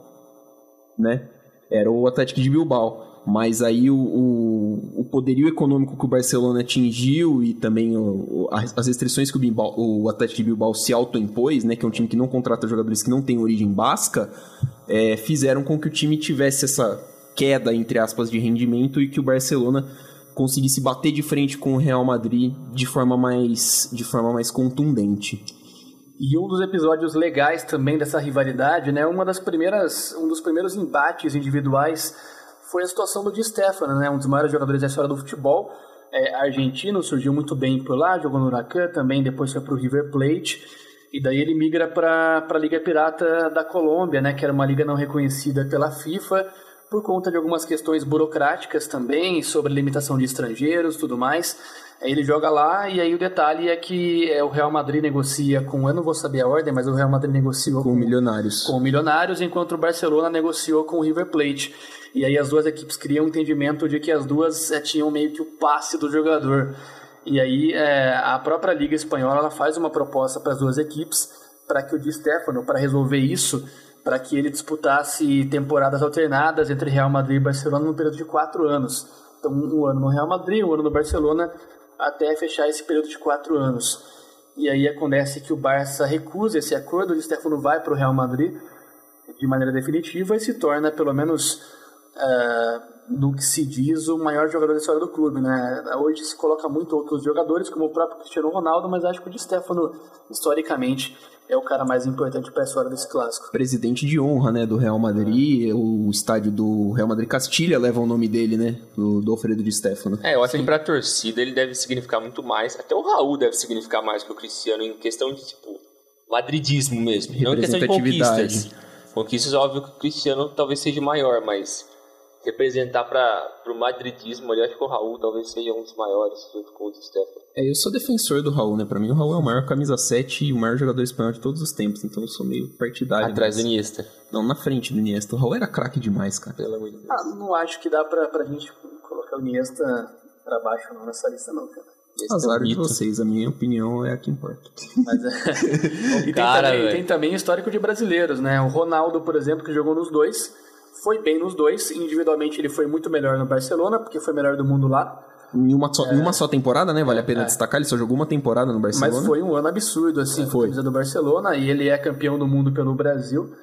Né? Era o Atlético de Bilbao. Mas aí o, o, o poderio econômico que o Barcelona atingiu e também o, as restrições que o, Bilbao, o Atlético de Bilbao se autoimpôs, né, que é um time que não contrata jogadores que não têm origem basca, é, fizeram com que o time tivesse essa queda, entre aspas, de rendimento e que o Barcelona conseguisse bater de frente com o Real Madrid de forma mais, de forma mais contundente. E um dos episódios legais também dessa rivalidade, né, uma das primeiras, um dos primeiros embates individuais foi a situação do Di Stéfano, né? Um dos maiores jogadores da história do futebol, é, argentino, surgiu muito bem por lá, jogou no Huracan também, depois foi para o River Plate, e daí ele migra para a Liga Pirata da Colômbia, né? Que era uma liga não reconhecida pela FIFA, por conta de algumas questões burocráticas também, sobre limitação de estrangeiros, tudo mais. Aí ele joga lá, e aí o detalhe é que é, o Real Madrid negocia com, eu não vou saber a ordem, mas o Real Madrid negociou com, com Milionários. Com Milionários, enquanto o Barcelona negociou com o River Plate. E aí as duas equipes criam um entendimento de que as duas é, tinham meio que o passe do jogador. E aí é, a própria Liga Espanhola ela faz uma proposta para as duas equipes para que o Di Stéfano, para resolver isso, para que ele disputasse temporadas alternadas entre Real Madrid e Barcelona num período de quatro anos. Então um ano no Real Madrid, um ano no Barcelona, até fechar esse período de quatro anos. E aí acontece que o Barça recusa esse acordo, o Di Stéfano vai para o Real Madrid de maneira definitiva e se torna, pelo menos... Uh, no que se diz o maior jogador da história do clube, né? Hoje se coloca muito outros jogadores como o próprio Cristiano Ronaldo, mas acho que o Di Stéfano historicamente é o cara mais importante para a história desse clássico. Presidente de honra, né, do Real Madrid, o estádio do Real Madrid Castilha leva o nome dele, né, do, do Alfredo Di Stéfano. É, eu acho Sim. que para a torcida ele deve significar muito mais, até o Raul deve significar mais que o Cristiano em questão de tipo madridismo mesmo, não em questão de conquistas. Conquistas, óbvio que o Cristiano talvez seja maior, mas representar para o madridismo ali, acho que o Raul talvez seja um dos maiores, junto com o Di Stéfano. É, eu sou defensor do Raul, né? Pra mim o Raul é o maior camisa sete e o maior jogador espanhol de todos os tempos, então eu sou meio partidário. Atrás mas... do Iniesta. Não, na frente do Iniesta. O Raul era craque demais, cara. Pelo amor de Deus. Ah, não acho que dá pra, pra gente colocar o Iniesta pra baixo não, nessa lista não, cara. Azar de vocês, a minha opinião é a que importa. Mas, é... e tem, cara, também, tem também o histórico de brasileiros, né? O Ronaldo, por exemplo, que jogou nos dois, foi bem nos dois. Individualmente ele foi muito melhor no Barcelona, porque foi melhor do mundo lá. Em uma só, é. em uma só temporada, né? Vale a pena é. destacar, ele só jogou uma temporada no Barcelona. Mas foi um ano absurdo, assim, foi. Com a camisa do Barcelona, e ele é campeão do mundo pelo Brasil.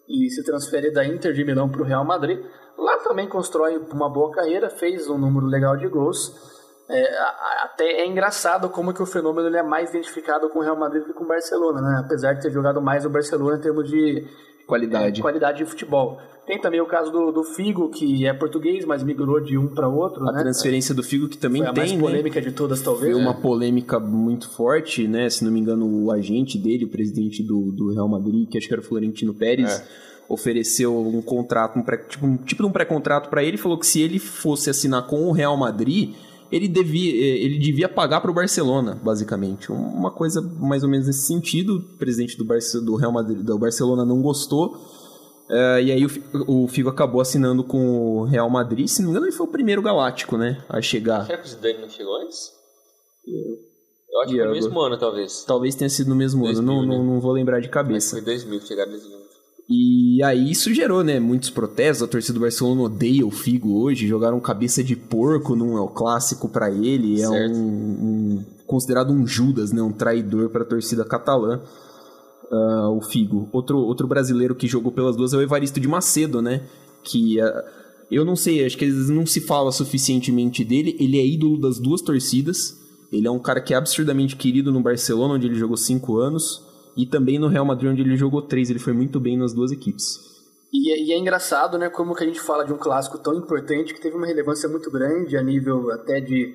e se transfere da Inter de Milão para o Real Madrid. Lá também constrói uma boa carreira, fez um número legal de gols. É, até é engraçado como que o fenômeno ele é mais identificado com o Real Madrid do que com o Barcelona, né? Apesar de ter jogado mais o Barcelona em termos de qualidade, é, qualidade de futebol. Tem também o caso do, do Figo, que é português, mas migrou de um para outro. A né? transferência do Figo, que também Foi a tem, mais polêmica né? de todas, talvez. Foi né? uma polêmica muito forte, né? Se não me engano, o agente dele, o presidente do, do Real Madrid, que acho que era o Florentino Pérez, é. ofereceu um contrato, um pré, tipo, um tipo de um pré-contrato para ele, falou que se ele fosse assinar com o Real Madrid, ele devia, ele devia pagar para o Barcelona, basicamente. Uma coisa mais ou menos nesse sentido. O presidente do, Barce, do Real Madrid, do Barcelona, não gostou. Uh, e aí o, o Figo acabou assinando com o Real Madrid. Se não me engano, ele foi o primeiro galáctico, né, a chegar. Será que o Zidane não chegou antes? Eu, eu acho que foi no mesmo ano, talvez. Talvez tenha sido no mesmo dois mil, ano, não, né? não, não vou lembrar de cabeça. Mas foi dois mil, chegaram em dois mil. E aí isso gerou, né, muitos protestos. A torcida do Barcelona odeia o Figo hoje. Jogaram cabeça de porco num El Clássico pra ele. Certo. É um, um considerado um Judas, né, um traidor pra torcida catalã. Uh, o Figo. Outro, outro brasileiro que jogou pelas duas é o Evaristo de Macedo, né? Que uh, eu não sei, acho que às vezes não se fala suficientemente dele. Ele é ídolo das duas torcidas. Ele é um cara que é absurdamente querido no Barcelona, onde ele jogou cinco anos, e também no Real Madrid, onde ele jogou três. Ele foi muito bem nas duas equipes. E é, e é engraçado, né? Como que a gente fala de um clássico tão importante que teve uma relevância muito grande a nível até de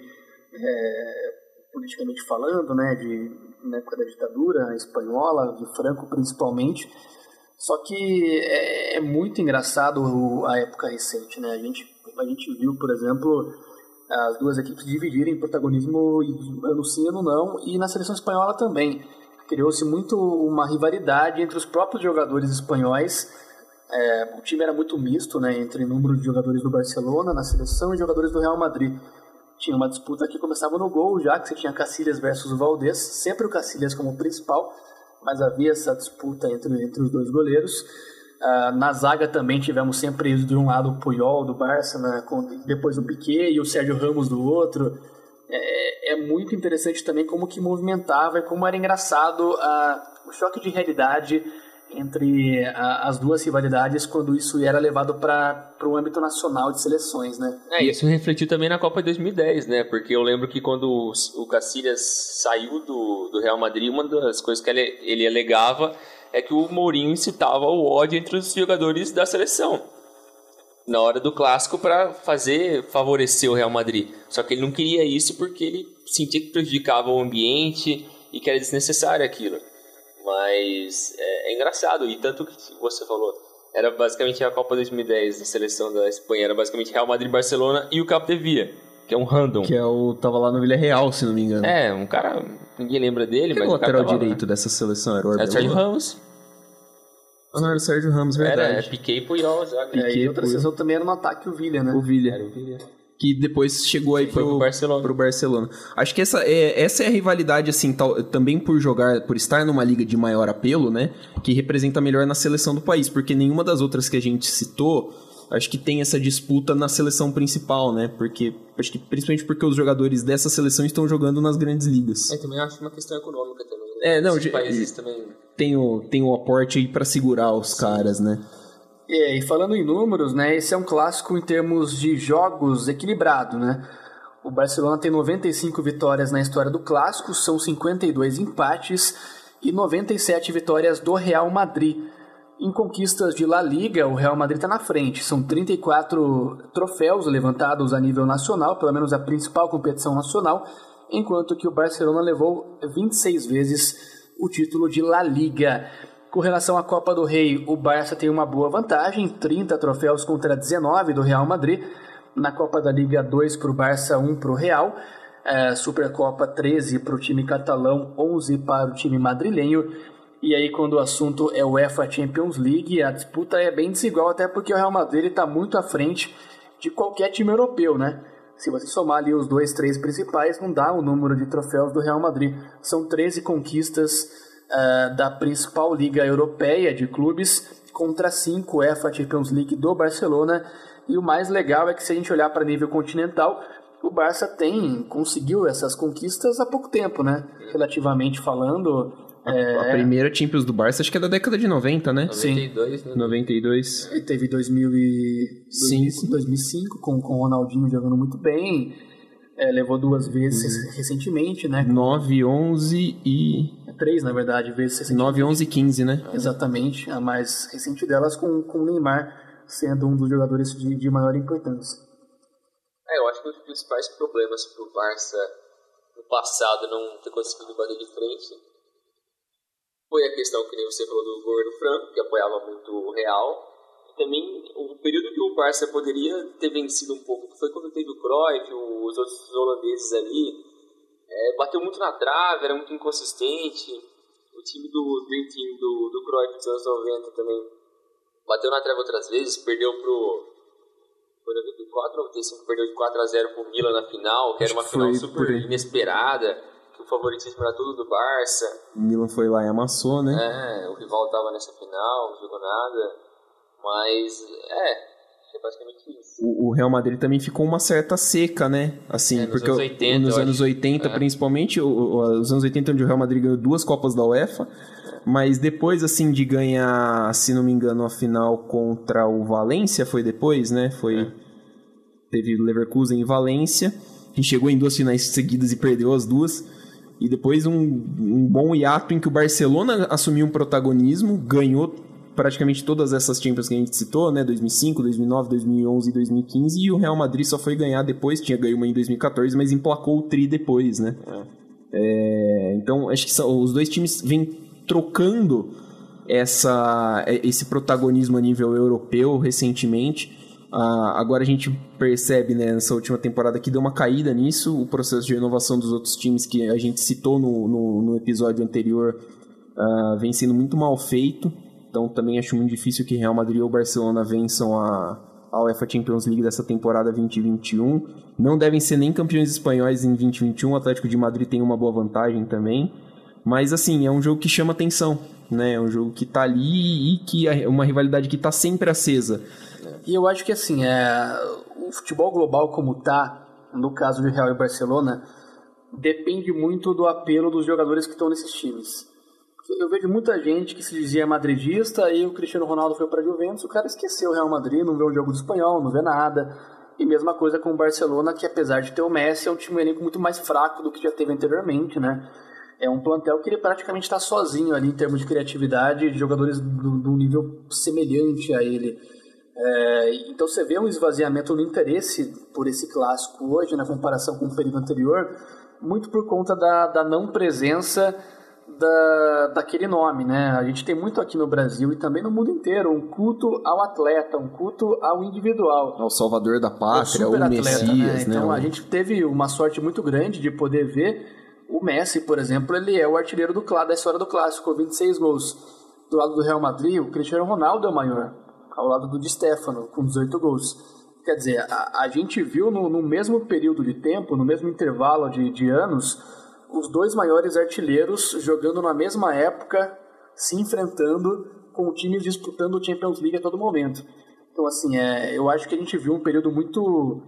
é, politicamente falando, né? De na época da ditadura espanhola, de Franco principalmente. Só que é, é muito engraçado a época recente, né? A gente, a gente viu, por exemplo, as duas equipes dividirem protagonismo ano sim, ano não, e na seleção espanhola também. Criou-se muito uma rivalidade entre os próprios jogadores espanhóis. É, o time era muito misto, né? Entre o número de jogadores do Barcelona na seleção e jogadores do Real Madrid. Tinha uma disputa que começava no gol, já que você tinha Casillas versus Valdés, sempre o Casillas como principal, mas havia essa disputa entre, entre os dois goleiros. Uh, na zaga também tivemos sempre de um lado o Puyol do Barça, né, com, depois o Piqué e o Sérgio Ramos do outro. É, é muito interessante também como que movimentava e como era engraçado uh, o choque de realidade entre a, as duas rivalidades quando isso era levado para o âmbito nacional de seleções, né? É, isso refletiu também na Copa de dois mil e dez, né? Porque eu lembro que quando o, o Casillas saiu do, do Real Madrid, uma das coisas que ele, ele alegava é que o Mourinho incitava o ódio entre os jogadores da seleção na hora do clássico para fazer favorecer o Real Madrid. Só que ele não queria isso porque ele sentia que prejudicava o ambiente e que era desnecessário aquilo. Mas é, é engraçado, e tanto que você falou, era basicamente a Copa dois mil e dez, a seleção da Espanha, era basicamente Real Madrid, Barcelona e o Capdevia, que é um random. Que é o, tava lá no Villarreal, se não me engano. É, um cara, ninguém lembra dele, que mas o o cara lateral direito lá. Dessa seleção era o Arbeloa? Era o Sérgio Ramos. Ah, não, era o Sérgio Ramos, verdade. Era, é, Piqué e Puyol, Piqué, é, e outra Puyol. seleção também era no ataque o Villa, né? O Villa. Era o Villa. Que depois chegou aí pro, pro, Barcelona. pro Barcelona. Acho que essa é, essa é a rivalidade, assim, tal, também por jogar, por estar numa liga de maior apelo, né? Que representa melhor na seleção do país, porque nenhuma das outras que a gente citou, acho que tem essa disputa na seleção principal, né? Porque, acho que principalmente porque os jogadores dessa seleção estão jogando nas grandes ligas. É, também acho uma questão econômica também. Né? É, não, Esses países também... tem o, tem o aporte aí pra segurar os Sim. caras, né? É, e falando em números, né, esse é um clássico em termos de jogos equilibrado, né? O Barcelona tem noventa e cinco vitórias na história do clássico, são cinquenta e dois empates e noventa e sete vitórias do Real Madrid. Em conquistas de La Liga, o Real Madrid está na frente, são trinta e quatro troféus levantados a nível nacional, pelo menos a principal competição nacional, enquanto que o Barcelona levou vinte e seis vezes o título de La Liga. Com relação à Copa do Rei, o Barça tem uma boa vantagem, trinta troféus contra dezenove do Real Madrid. Na Copa da Liga, dois para o Barça, um para o Real. É, Supercopa, treze para o time catalão, onze para o time madrilenho. E aí, quando o assunto é o UEFA Champions League, a disputa é bem desigual, até porque o Real Madrid está muito à frente de qualquer time europeu, né? Se você somar ali os dois, três principais, não dá o número de troféus do Real Madrid. São treze conquistas Uh, da principal liga europeia de clubes contra cinco UEFA Champions League do Barcelona. E o mais legal é que, se a gente olhar para nível continental, o Barça tem conseguiu essas conquistas há pouco tempo, né? Relativamente falando, É... A primeira Champions do Barça acho que é da década de noventa, né? noventa e dois, Sim. Né? noventa e dois. E teve dois mil e cinco com, com o Ronaldinho jogando muito bem. É, levou duas vezes uhum. recentemente, né? nove, onze e... Três, na verdade, vezes recentemente. nove, onze e quinze, né? Exatamente. A mais recente delas com, com o Neymar sendo um dos jogadores de, de maior importância. É, eu acho que um dos principais problemas para o Barça no passado não ter conseguido bater de frente foi a questão que nem você falou do governo Franco, que apoiava muito o Real. E também o período que o Barça poderia ter vencido um pouco, que foi quando teve o Cruyff, os outros holandeses ali, é, bateu muito na trave, era muito inconsistente. O time do Dream Team do, do Cruyff dos anos noventa também bateu na trave outras vezes, perdeu pro... Foi noventa e quatro, noventa e cinco, perdeu de quatro a zero pro Milan na final, que era uma final super inesperada, que o favoritismo era tudo do Barça. O Milan foi lá e amassou, né? É, o rival tava nessa final, não jogou nada, mas é, é basicamente isso. O, o Real Madrid também ficou uma certa seca, né? Assim, é, nos porque anos oitenta, nos anos oitenta, é. principalmente, o, o, os anos oitenta onde o Real Madrid ganhou duas Copas da UEFA, mas depois, assim, de ganhar, se não me engano, a final contra o Valência, foi depois, né? Foi... É. Teve o Leverkusen e Valência, que chegou em duas finais seguidas e perdeu as duas. E depois um, um bom hiato em que o Barcelona assumiu um protagonismo, ganhou praticamente todas essas Champions que a gente citou, né? dois mil e cinco, dois mil e nove, dois mil e onze e dois mil e quinze. E o Real Madrid só foi ganhar depois, tinha ganho uma em dois mil e quatorze, mas emplacou o tri depois, né? É. É, então, acho que são, os dois times vêm trocando essa, esse protagonismo a nível europeu recentemente. Uh, agora a gente percebe, né, nessa última temporada que deu uma caída nisso, o processo de renovação dos outros times que a gente citou no, no, no episódio anterior uh, vem sendo muito mal feito, então também acho muito difícil que Real Madrid ou Barcelona vençam a, a UEFA Champions League dessa temporada vinte e vinte e um. Não devem ser nem campeões espanhóis em vinte e vinte e um, o Atlético de Madrid tem uma boa vantagem também, mas assim, é um jogo que chama atenção, né? É um jogo que tá ali e que é uma rivalidade que tá sempre acesa. E eu acho que assim, é, o futebol global como tá, no caso de Real e Barcelona, depende muito do apelo dos jogadores que estão nesses times. Eu vejo muita gente que se dizia madridista e o Cristiano Ronaldo foi para a Juventus, o cara esqueceu o Real Madrid, não vê o jogo do espanhol, não vê nada. E mesma coisa com o Barcelona, que apesar de ter o Messi, é um time elenco muito mais fraco do que já teve anteriormente, né? É um plantel que ele praticamente está sozinho ali em termos de criatividade, de jogadores do, do nível semelhante a ele. É, então você vê um esvaziamento no interesse por esse clássico hoje, na comparação com o período anterior, muito por conta da, da não presença da, daquele nome, né? A gente tem muito aqui no Brasil e também no mundo inteiro um culto ao atleta, um culto ao individual. Ao salvador da pátria, o Messias, né? Então né? a gente teve uma sorte muito grande de poder ver o Messi, por exemplo, ele é o artilheiro do, da história do clássico, vinte e seis gols. Do lado do Real Madrid, o Cristiano Ronaldo é o maior, ao lado do Di Stéfano, com dezoito gols. Quer dizer, a, a gente viu no, no mesmo período de tempo, no mesmo intervalo de, de anos, os dois maiores artilheiros jogando na mesma época, se enfrentando, com times disputando o Champions League a todo momento. Então, assim, é, eu acho que a gente viu um período muito...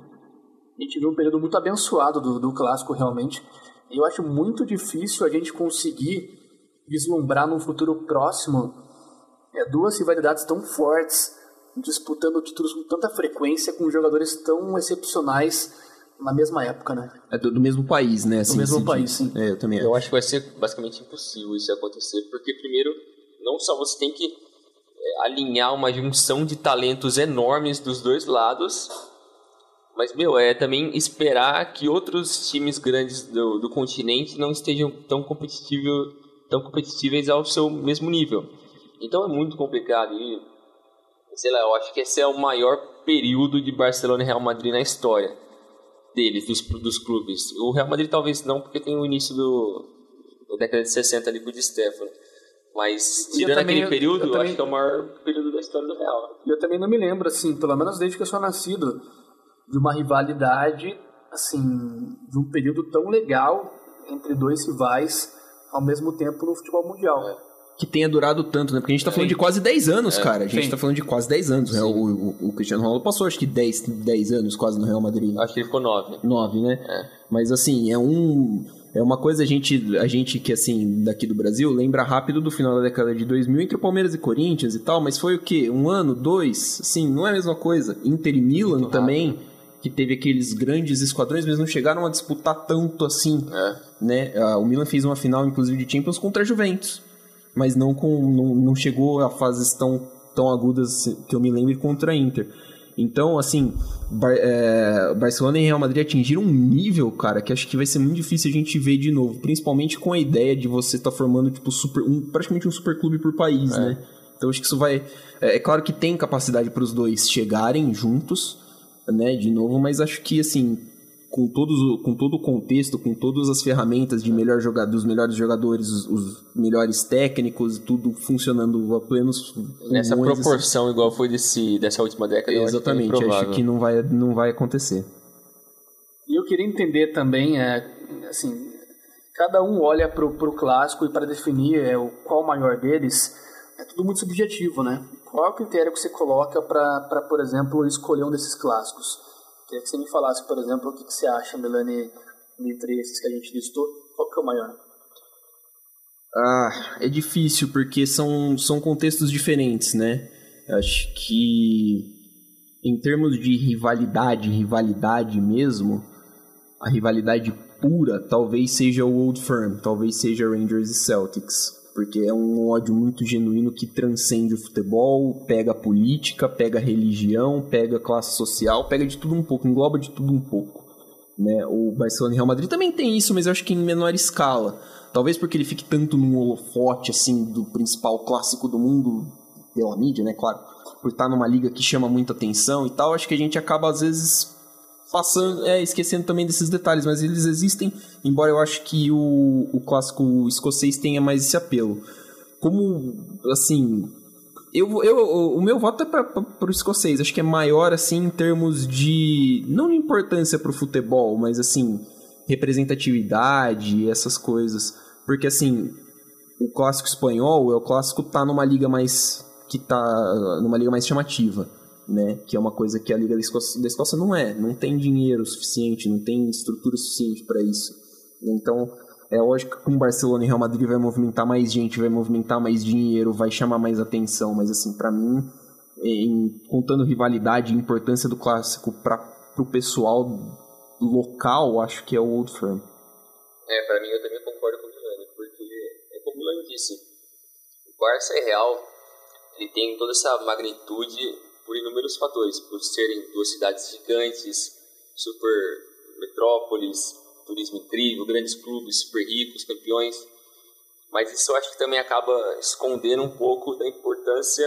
A gente viu um período muito abençoado do, do clássico, realmente. E eu acho muito difícil a gente conseguir vislumbrar num futuro próximo é, duas rivalidades tão fortes, disputando títulos com tanta frequência, com jogadores tão excepcionais na mesma época, né? É do, do mesmo país, né? Assim, do mesmo país, sim. É, eu também eu acho que vai ser basicamente impossível isso acontecer, porque primeiro, não só você tem que é, alinhar uma junção de talentos enormes dos dois lados, mas, meu, é também esperar que outros times grandes do, do continente não estejam tão, competitivo, tão competitíveis ao seu mesmo nível. Então é muito complicado e, sei lá, eu acho que esse é o maior período de Barcelona e Real Madrid na história deles, dos, dos clubes. O Real Madrid talvez não, porque tem o início do, da década de sessenta ali com o Di Stéfano. Mas, tirando também, aquele período, eu, eu também, acho que é o maior período da história do Real. Eu também não me lembro, assim, pelo menos desde que eu sou nascido, de uma rivalidade, assim, de um período tão legal entre dois rivais ao mesmo tempo no futebol mundial. É. que tenha durado tanto, né? Porque a gente tá falando de quase dez anos, é, cara. A gente sim. tá falando de quase dez anos. Né? O, o, o Cristiano Ronaldo passou, acho que dez, dez anos quase no Real Madrid. Acho que ele ficou nove. nove, né? É. Mas, assim, é um... É uma coisa, a gente, a gente que, assim, daqui do Brasil, lembra rápido do final da década de dois mil entre o Palmeiras e Corinthians e tal, mas foi o quê? Um ano, dois? Assim, não é a mesma coisa. Inter e Milan muito também... Rápido. Que teve aqueles grandes esquadrões, mas não chegaram a disputar tanto assim, é. né? O Milan fez uma final, inclusive, de Champions contra a Juventus, mas não, com, não, não chegou a fases tão, tão agudas que eu me lembre contra a Inter. Então, assim, Bar, é, Barcelona e Real Madrid atingiram um nível, cara, que acho que vai ser muito difícil a gente ver de novo, principalmente com a ideia de você estar tá formando tipo, super, um, praticamente um super clube por país, é. né? Então, acho que isso vai... É, é claro que tem capacidade para os dois chegarem juntos, né, de novo, mas acho que assim, com, todos, com todo o contexto, com todas as ferramentas de melhor jogador, dos melhores jogadores, os, os melhores técnicos, tudo funcionando a plenos nessa pulmões, proporção assim, igual foi desse, dessa última década. Exatamente, acho, acho que não vai, não vai acontecer. E eu queria entender também, é, assim, cada um olha para o clássico e para definir é, o, qual o maior deles, é tudo muito subjetivo, né? Qual é o critério que você coloca para, por exemplo, escolher um desses clássicos? Queria que você me falasse, por exemplo, o que, que você acha, Melanie, entre esses que a gente listou, qual que é o maior? Ah, é difícil, porque são, são contextos diferentes, né? Acho que, em termos de rivalidade, rivalidade mesmo, a rivalidade pura talvez seja o Old Firm, talvez seja Rangers e Celtics. Porque é um ódio muito genuíno que transcende o futebol, pega a política, pega a religião, pega a classe social, pega de tudo um pouco, engloba de tudo um pouco. Né? O Barcelona e Real Madrid também tem isso, mas eu acho que em menor escala. Talvez porque ele fique tanto num holofote assim, do principal clássico do mundo, pela mídia, né, claro, por estar numa liga que chama muita atenção e tal, acho que a gente acaba às vezes... Passando, é, esquecendo também desses detalhes, mas eles existem, embora eu acho que o, o clássico escocês tenha mais esse apelo. Como, assim, eu, eu, o meu voto é para o escocês, acho que é maior, assim, em termos de, não de importância para o futebol, mas, assim, representatividade, essas coisas. Porque, assim, o clássico espanhol, é o clássico tá numa liga mais, que tá numa liga mais chamativa. Né? Que é uma coisa que a Liga da Escócia, da Escócia não é, não tem dinheiro suficiente, não tem estrutura suficiente para isso. Então, é lógico que com Barcelona e Real Madrid vai movimentar mais gente, vai movimentar mais dinheiro, vai chamar mais atenção, mas assim, para mim, em, contando rivalidade e importância do clássico para o pessoal local, acho que é o Old Firm. É, para mim eu também concordo com o Milani, porque é como o Milani disse, o Barça é real, ele tem toda essa magnitude por inúmeros fatores, por serem duas cidades gigantes, super metrópoles, turismo incrível, grandes clubes, super ricos, campeões, mas isso eu acho que também acaba escondendo um pouco da importância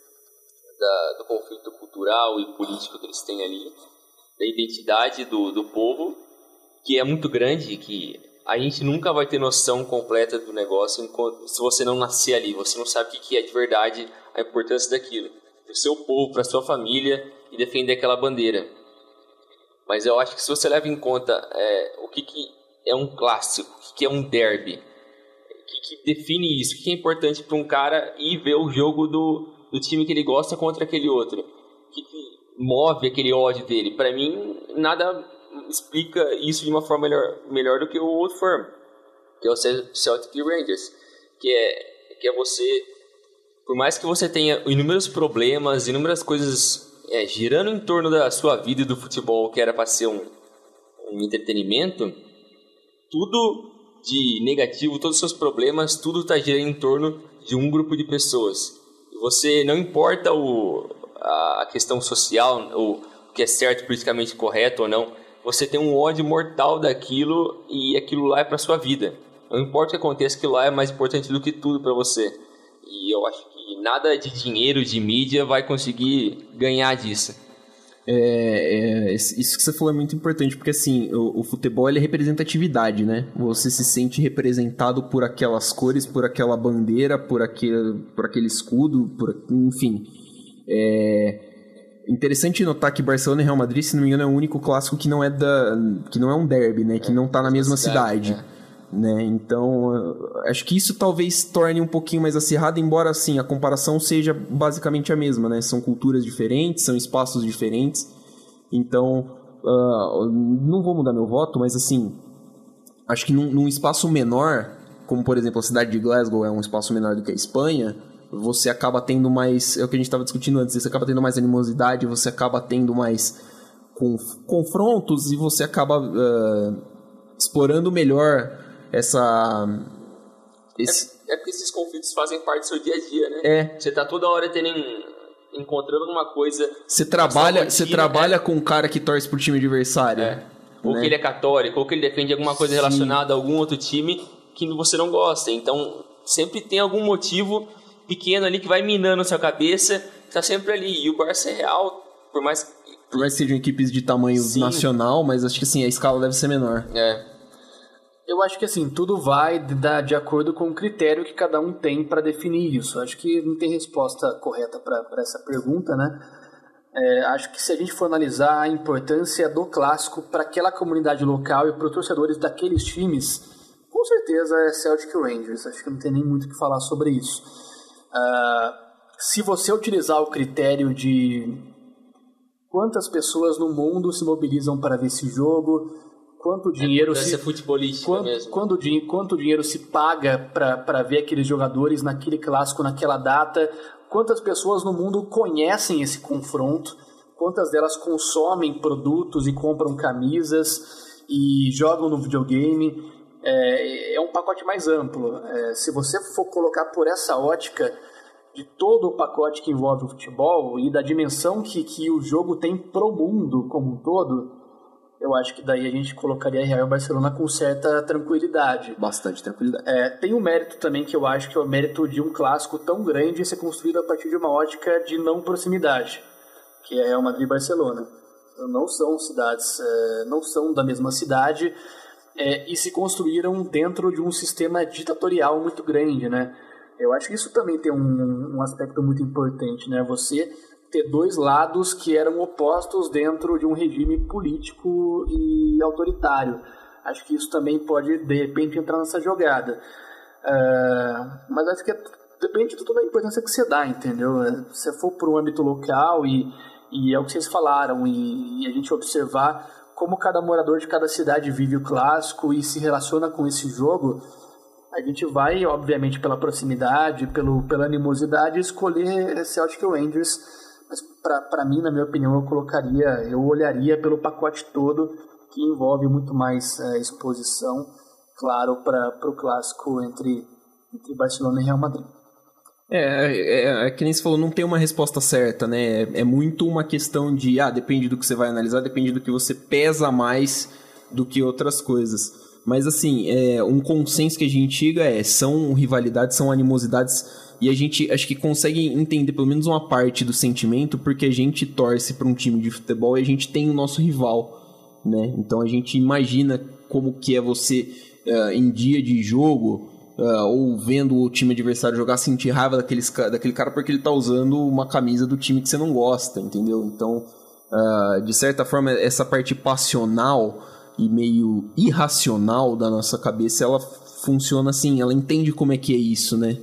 da, do conflito cultural e político que eles têm ali, da identidade do, do povo, que é muito grande, que a gente nunca vai ter noção completa do negócio enquanto, se você não nascer ali, você não sabe o que é de verdade a importância daquilo. Para o seu povo, para a sua família e defender aquela bandeira. Mas eu acho que se você leva em conta é, o que, que é um clássico, o que, que é um derby, o que, que define isso, o que é importante para um cara ir ver o jogo do, do time que ele gosta contra aquele outro, o que, que move aquele ódio dele. Para mim, nada explica isso de uma forma melhor, melhor do que o Old Firm, que é o Celtic e Rangers, que é, que é você... Por mais que você tenha inúmeros problemas, inúmeras coisas é, girando em torno da sua vida e do futebol, que era para ser um, um entretenimento, tudo de negativo, todos os seus problemas, tudo está girando em torno de um grupo de pessoas. E você, não importa o, a questão social, ou o que é certo, politicamente correto ou não, você tem um ódio mortal daquilo e aquilo lá é para sua vida. Não importa o que aconteça, aquilo lá é mais importante do que tudo para você. E eu acho que nada de dinheiro, de mídia vai conseguir ganhar disso. É, é, isso que você falou é muito importante, porque assim, o, o futebol ele é representatividade, né? Você se sente representado por aquelas cores, por aquela bandeira, por aquele, por aquele escudo, por, enfim. É interessante notar que Barcelona e Real Madrid, se não me engano, é o único clássico que não é, da, que não é um derby, né? Que é, não tá na mesma cidade. cidade. É. né? Então, acho que isso talvez torne um pouquinho mais acirrado, embora, assim, a comparação seja basicamente a mesma, né? São culturas diferentes, são espaços diferentes. Então, uh, não vou mudar meu voto, mas, assim, acho que num, num espaço menor, como, por exemplo, a cidade de Glasgow é um espaço menor do que a Espanha, você acaba tendo mais... É o que a gente estava discutindo antes. Você acaba tendo mais animosidade, você acaba tendo mais conf- confrontos e você acaba uh, explorando melhor essa... Esse... É, é porque esses conflitos fazem parte do seu dia a dia, né? É. Você tá toda hora tendo... encontrando alguma coisa... Você trabalha, rotina, você trabalha é. com um cara que torce pro time adversário. É. Ou né? que ele é católico, ou que ele defende alguma coisa Sim. relacionada a algum outro time que você não gosta. Então, sempre tem algum motivo pequeno ali que vai minando a sua cabeça, tá sempre ali. E o Barça é real, por mais... Por mais que sejam equipes de tamanho Sim. nacional, mas acho que assim, a escala deve ser menor. É. Eu acho que assim, tudo vai de, de acordo com o critério que cada um tem para definir isso. Acho que não tem resposta correta para essa pergunta, né? É, acho que se a gente for analisar a importância do clássico para aquela comunidade local e para os torcedores daqueles times, com certeza é Celtic e Rangers. Acho que não tem nem muito o que falar sobre isso. Uh, se você utilizar o critério de quantas pessoas no mundo se mobilizam para ver esse jogo, quanto dinheiro é, se futebolística quanto, mesmo. Quando, quanto dinheiro se paga para ver aqueles jogadores naquele clássico, naquela data, quantas pessoas no mundo conhecem esse confronto, quantas delas consomem produtos e compram camisas e jogam no videogame. É, é um pacote mais amplo. É, se você for colocar por essa ótica de todo o pacote que envolve o futebol e da dimensão que, que o jogo tem pro mundo como um todo, eu acho que daí a gente colocaria Real e Barcelona com certa tranquilidade. Bastante tranquilidade. É, tem um mérito também que eu acho que é o mérito de um clássico tão grande ser construído a partir de uma ótica de não proximidade, que é Real Madrid e Barcelona. Não são cidades, é, não são da mesma cidade, é, e se construíram dentro de um sistema ditatorial muito grande, né? Eu acho que isso também tem um, um aspecto muito importante, né? Você ter dois lados que eram opostos dentro de um regime político e autoritário. Acho que isso também pode, de repente, entrar nessa jogada. Uh, mas acho que é, depende de toda a importância que você dá, entendeu? Se for para o âmbito local e, e é o que vocês falaram, e, e a gente observar como cada morador de cada cidade vive o clássico e se relaciona com esse jogo, a gente vai, obviamente, pela proximidade, pelo, pela animosidade, escolher Celtic e Rangers. Mas para mim, na minha opinião, eu colocaria, eu olharia pelo pacote todo, que envolve muito mais é, exposição, claro, para o clássico entre, entre Barcelona e Real Madrid. É, é, é que nem você falou, não tem uma resposta certa, né? É, é muito uma questão de, ah, depende do que você vai analisar, depende do que você pesa mais do que outras coisas. Mas assim, é, um consenso que a gente chega é, são rivalidades, são animosidades, e a gente acho que consegue entender pelo menos uma parte do sentimento, porque a gente torce para um time de futebol e a gente tem o nosso rival, né? Então a gente imagina como que é você uh, em dia de jogo, uh, ou vendo o time adversário jogar, sentir raiva daqueles, daquele cara porque ele tá usando uma camisa do time que você não gosta, entendeu? Então, uh, de certa forma, essa parte passional e meio irracional da nossa cabeça, ela funciona assim, ela entende como é que é isso, né?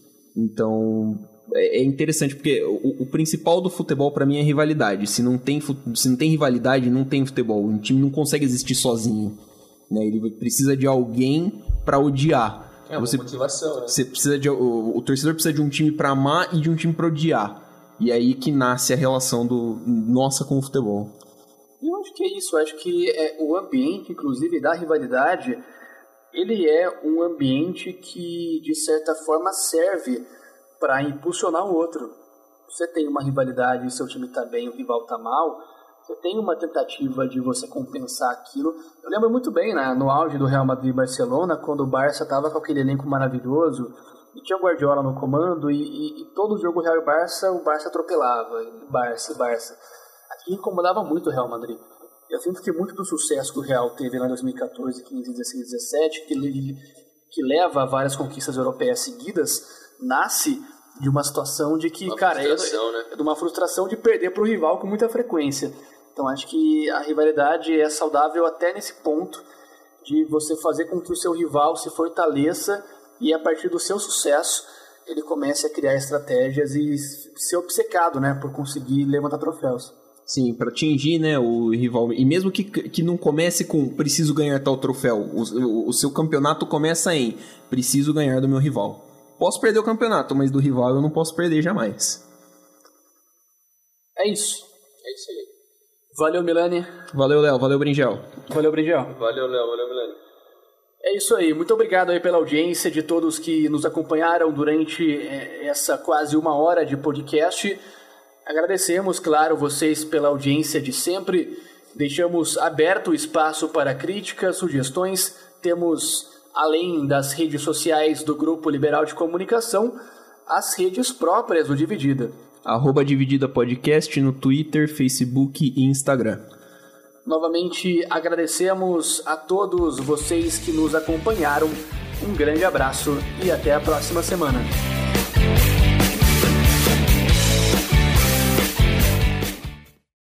Então, é interessante, porque o, o principal do futebol pra mim é rivalidade. Se não tem, se não tem rivalidade, não tem futebol. Um time não consegue existir sozinho, né? Ele precisa de alguém pra odiar. É uma você, motivação, né? Você precisa de, o, o torcedor precisa de um time pra amar e de um time pra odiar. E é aí que nasce a relação do, nossa com o futebol. Eu acho que é isso. Eu acho que é, o ambiente, inclusive, da rivalidade, ele é um ambiente que, de certa forma, serve para impulsionar o outro. Você tem uma rivalidade e seu time está bem, o rival está mal, você tem uma tentativa de você compensar aquilo. Eu lembro muito bem, né, no auge do Real Madrid e Barcelona, quando o Barça estava com aquele elenco maravilhoso, e tinha o Guardiola no comando, e, e, e todo jogo Real e Barça, o Barça atropelava, e Barça, e Barça. Aquilo incomodava muito o Real Madrid. Eu sinto que muito do sucesso que o Real teve lá em dois mil e catorze, quinze, dezesseis, dezessete, que, que leva a várias conquistas europeias seguidas, nasce de uma situação de que, uma cara, é, né? é de uma frustração de perder para o rival com muita frequência. Então acho que a rivalidade é saudável até nesse ponto, de você fazer com que o seu rival se fortaleça e a partir do seu sucesso ele comece a criar estratégias e ser obcecado, né, por conseguir levantar troféus. Sim, para atingir, né, o rival. E mesmo que, que não comece com preciso ganhar tal troféu, o, o, o seu campeonato começa em preciso ganhar do meu rival. Posso perder o campeonato, mas do rival eu não posso perder jamais. É isso. É isso aí. Valeu, Milani. Valeu, Léo. Valeu, Bringel. Valeu, Bringel. Valeu, Léo. Valeu, Milani. É isso aí. Muito obrigado aí pela audiência de todos que nos acompanharam durante essa quase uma hora de podcast. Agradecemos, claro, vocês pela audiência de sempre. Deixamos aberto o espaço para críticas, sugestões. Temos, além das redes sociais do Grupo Liberal de Comunicação, as redes próprias do Dividida. Arroba Dividida Podcast no Twitter, Facebook e Instagram. Novamente agradecemos a todos vocês que nos acompanharam. Um grande abraço e até a próxima semana.